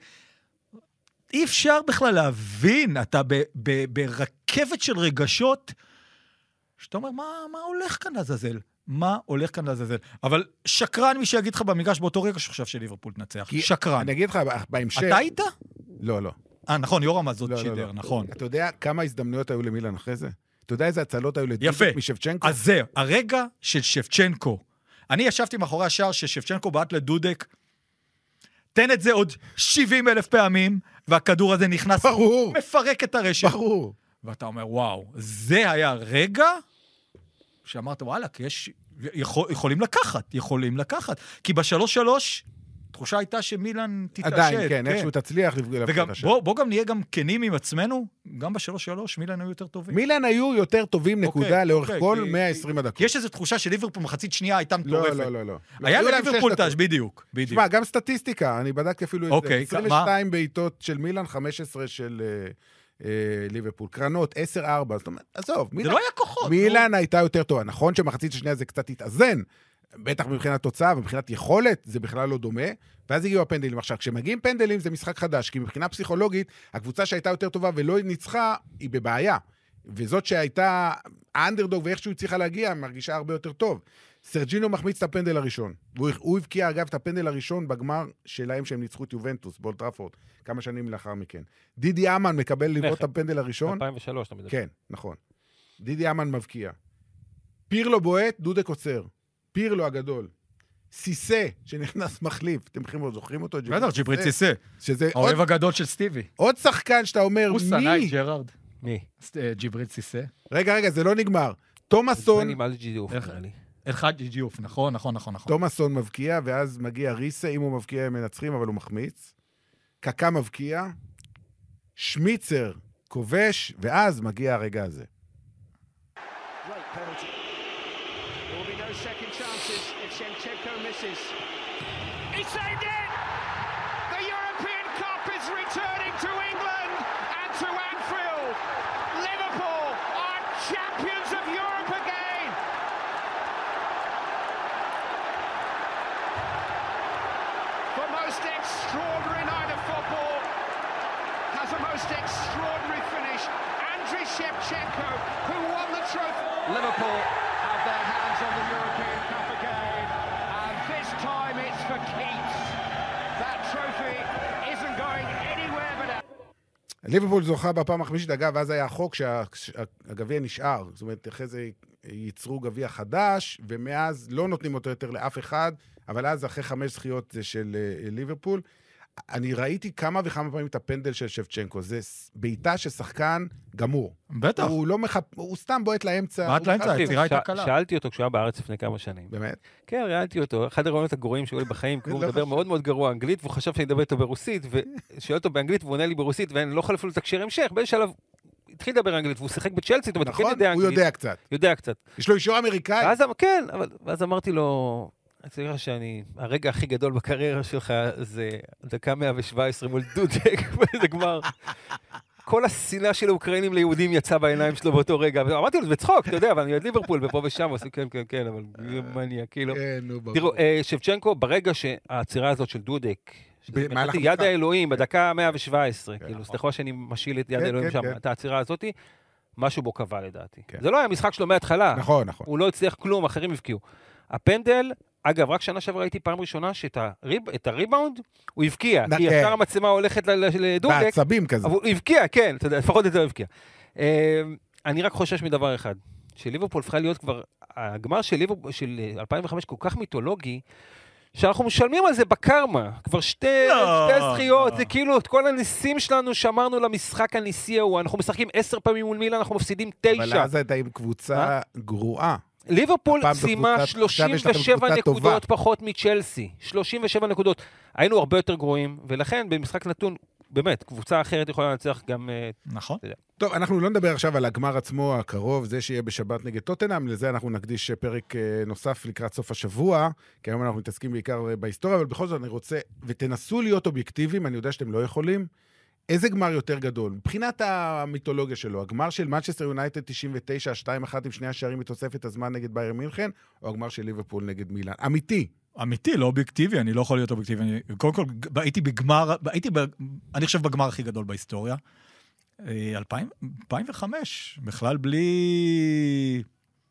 אי אפשר בכלל להבין, אתה ב, ב, ברכבת של רגשות, שאתה אומר, מה, מה הולך כאן לעזאזל? מה הולך כאן לעזאזל? אבל שקרן מי שיגיד לך במגרש באותו רגע שחושב שליברפול תנצח. שקרן. אני אגיד לך, בהמשך... אתה היית? לא, לא. אה, נכון, יורם הזאת שידר, נכון. אתה יודע כמה הזדמנויות היו למילן אחרי זה? אתה יודע איזה הצלות היו לדודק משבצ'נקו? אז זה, הרגע של שבצ'נקו. אני ישבתי מאחורי השער ששבצ'נקו בעט לדודק, תן את זה עוד שבעים אלף פעמים, והכדור הזה נכנס, ברור. מפרק את הרשת. ברור. ואתה אומר, וואו, זה היה רגע שאמרת, וואלה, כי יש, יכול, יכולים לקחת, יכולים לקחת. כי בשלוש שלוש, תחושה הייתה שמילן תתעשת. עדיין, כן, כן. איכשהו תצליח לפגוע. וגם, בוא, בוא גם נהיה גם כנים עם עצמנו, גם בשלוש שלוש, מילן היו יותר טובים. מילן היו יותר טובים, נקודה, אוקיי, לאורך אוקיי, כל כי, מאה ועשרים הדקות. כי יש איזו תחושה שליברפול מחצית שנייה הייתה מטורפת. לא, לא, לא, לא. היה לליברפול תש, בדיוק, בדיוק. תשמע, גם סטטיסטיקה, אני בדקתי אפילו את אוקיי, זה. עשרים ושתיים בעיטות של מילן, חמש עשרה של... ליברפול, קרנות, עשר ארבע, זאת אומרת, עזוב, זה לא היה כוחות. מילן הייתה יותר טובה, נכון שמחצית השנייה זה קצת התאזן, בטח מבחינת תוצאה ומבחינת יכולת, זה בכלל לא דומה, ואז הגיעו הפנדלים. עכשיו, כשמגיעים פנדלים זה משחק חדש, כי מבחינה פסיכולוגית, הקבוצה שהייתה יותר טובה ולא ניצחה, היא בבעיה, וזאת שהייתה האנדרדוג ואיכשהו צריכה להגיע, מרגישה הרבה יותר טוב. סרג'ינו מחמיץ את הפנדל הראשון, הוא הבקיע אגב את הפנדל הראשון בגמר שלהם שהם ניצחו את יובנטוס, באולד טראפורד, כמה שנים לאחר מכן. דידי אמן מקבל לראות את הפנדל הראשון. אלפיים ושלוש, אתה מדבר. כן, נכון. דידי אמן מבקיע. פירלו בועט, דודק עוצר. פירלו הגדול. סיסה, שנכנס מחליף. אתם זוכרים אותו? בטח, ג'יברית סיסה. האוהב הגדול של סטיבי. עוד שחקן שאתה אומר, מי? הוא שנא את ג'רארד. מי? ג'יברית סיסה. רגע, רגע, זה לא נגמר. תומאסון... אחד ג'יוף, נכון, נכון, נכון. תומאסון מבקיע, ואז מגיע ריסה, אם הוא מבקיע הם מנצחים, אבל הוא מחמיץ. קקה מבקיע, שמיצר כובש, ואז מגיע הרגע הזה. Extraordinary night of football has a most extraordinary finish. Andriy Shevchenko, who won the trophy. Liverpool have their hands on the European Cup again. for keeps. That trophy isn't going anywhere but out. ליברפול זוכה בפעם החמישית, אגב, אז היה החוק שהגביע נשאר. זאת אומרת, אחרי זה ייצרו גביע חדש, ומאז לא נותנים אותו יותר לאף אחד, אבל אז אחרי חמש זכיות זה של ליברפול. אני ראיתי כמה וכמה פעמים את הפנדל של שבצ'נקו, זה בעיטה של שחקן גמור. בטח. הוא לא מחפ... הוא סתם בועט לאמצע. בועט לאמצע, היצירה הייתה קלה. שאלתי אותו כשהוא היה בארץ לפני כמה שנים. באמת? כן, ראיתי אותו. אחד הרעיונות הגרועים שהיו לי בחיים, כי הוא מדבר מאוד מאוד גרוע אנגלית, והוא חשב שאני אדבר איתו ברוסית, ושואל אותו באנגלית, והוא עונה לי ברוסית, ואני לא יכול אפילו לתקשר המשך. באיזה שלב התחיל לדבר אנגלית, והוא שיחק בצ'לסי, זאת אומרת, הוא כן יודע אנגלית. הוא יודע קצת. יודע קצת. יש לו אישור אמריקאי. כן, אבל ואז אמרתי לו, אני צריך שאני, הרגע הכי גדול בקריירה שלך זה דקה מאה שבע עשרה מול דודק, וזה כבר, כל השנאה של האוקראינים ליהודים יצא בעיניים שלו באותו רגע, אמרתי לו, זה בצחוק, אתה יודע, אבל אני עוד ליברפול, ופה ושם, עושים כן, כן, כן, אבל מניה, כאילו. תראו, שבצ'נקו, ברגע שהעצירה הזאת של דודק, יד האלוהים, בדקה מאה שבע עשרה, כאילו, סליחה שאני משיל את יד האלוהים שם, את העצירה הזאת, משהו בו קבע לדעתי. זה לא היה משחק שלו מההתחלה. נכון, נכון. הוא לא הצליח כלום, אחרים הבקיעו. הפנדל, אגב, רק שנה שעברה הייתי פעם ראשונה שאת הריבאונד הוא הבקיע, כי ישר המצלמה הולכת לדודק. בעצבים כזה. אבל הוא הבקיע, כן, אתה יודע, לפחות את זה הוא הבקיע. אני רק חושש מדבר אחד, שליברפול הפכה להיות כבר, הגמר של אלפיים וחמש כל כך מיתולוגי, שאנחנו משלמים על זה בקרמה, כבר שתי זכיות, זה כאילו את כל הניסים שלנו שמרנו למשחק הניסי ההוא, אנחנו משחקים עשר פעמים מול מילה, אנחנו מפסידים תשע. אבל אז הייתה עם קבוצה גרועה. ליברפול סיימה שלושים ושבע נקודות פחות מצ'לסי, שלושים ושבע נקודות. היינו הרבה יותר גרועים, ולכן במשחק נתון, באמת, קבוצה אחרת יכולה לנצח גם... נכון. טוב, אנחנו לא נדבר עכשיו על הגמר עצמו הקרוב, זה שיהיה בשבת נגד טוטנהאם, לזה אנחנו נקדיש פרק נוסף לקראת סוף השבוע, כי היום אנחנו מתעסקים בעיקר בהיסטוריה, אבל בכל זאת אני רוצה, ותנסו להיות אובייקטיביים, אני יודע שאתם לא יכולים, איזה גמר יותר גדול? מבחינת המיתולוגיה שלו, הגמר של מנצ'סטר יונייטד תשעים ותשע, שתיים אחת עם שני השערים בתוספת הזמן נגד ביירן מינכן, או הגמר של ליברפול נגד מילאן? אמיתי. אמיתי, לא אובייקטיבי, אני לא יכול להיות אובייקטיבי. אני, קודם כל, הייתי בגמר, הייתי ב, אני חושב בגמר הכי גדול בהיסטוריה. אלפיים וחמש, בכלל בלי...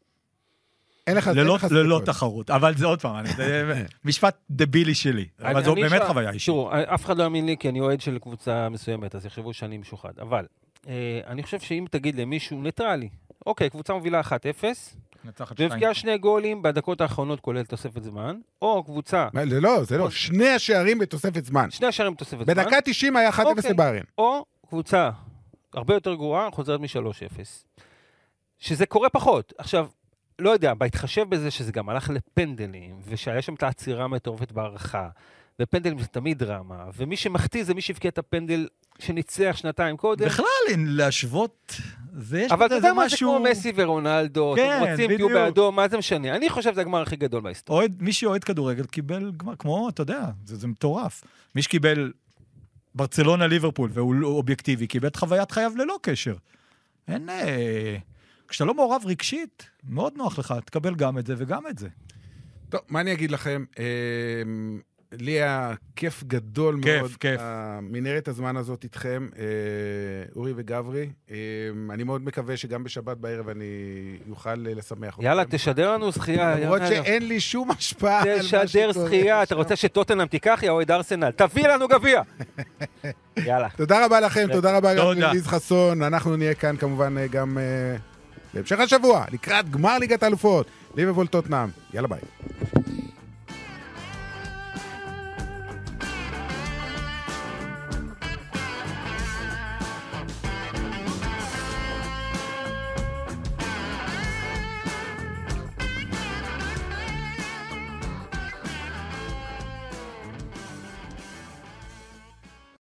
אין לך... ללא תחרות, אבל זה עוד פעם, משפט דבילי שלי, אבל זו באמת חוויה אישית. תראו, אף אחד לא יאמין לי, כי אני אוהד של קבוצה מסוימת, אז יחשבו שאני משוחד, אבל אני חושב שאם תגיד למישהו ניטרלי, אוקיי, קבוצה מובילה אחת אפס, והבקיעה שני גולים בדקות האחרונות כולל תוספת זמן, או קבוצה... לא, זה לא, שני השערים בתוספת זמן. שני השערים בתוספת זמן. בדקה תשעים היה אחת אפס לביירן. או קבוצה הרבה יותר גרועה, חוזרת מ-שלוש אפס. שזה קורה פחות. עכשיו, לא יודע, בהתחשב בזה שזה גם הלך לפנדלים, ושהיה שם את העצירה מטורפת בערכה, ופנדלים זה תמיד דרמה, ומי שמחטיא זה מי שהבקיע את הפנדל שניצח שנתיים קודם. בכלל, להשוות, זה יש אבל אתה יודע מה זה כמו מסי ורונלדו, כן, אתם רוצים, תהיו בעדו, מה זה משנה? אני חושב שזה הגמר הכי גדול בהיסטוריה. מי שאוהד כדורגל קיבל גמר, כמו, אתה יודע, זה, זה מטורף. מי שקיבל ברצלונה ליברפול, והוא אובייקטיבי, קיבל את חוויית חייו ללא קשר. אין... כשאתה לא מעורב רגשית, מאוד נוח לך, תקבל גם את זה וגם את זה. טוב, מה אני אגיד לכם? לי היה כיף גדול כיף, מאוד. כיף. מנהרת הזמן הזאת איתכם, אורי וגברי. אני מאוד מקווה שגם בשבת בערב אני יוכל לשמח אותם. יאללה, תשדר לנו זכייה. למרות שאין לי שום השפעה על מה שקורה. תשדר זכייה, אתה רוצה שטוטנהאם תיקח, יא אוהד ארסנל. תביא לנו גביע. יאללה. תודה רבה לכם, תודה רבה גם ליז חסון. אנחנו נהיה כאן כמובן גם בהמשך השבוע, לקראת גמר ליגת האלופות. ליברפול טוטנהאם. יאללה ביי.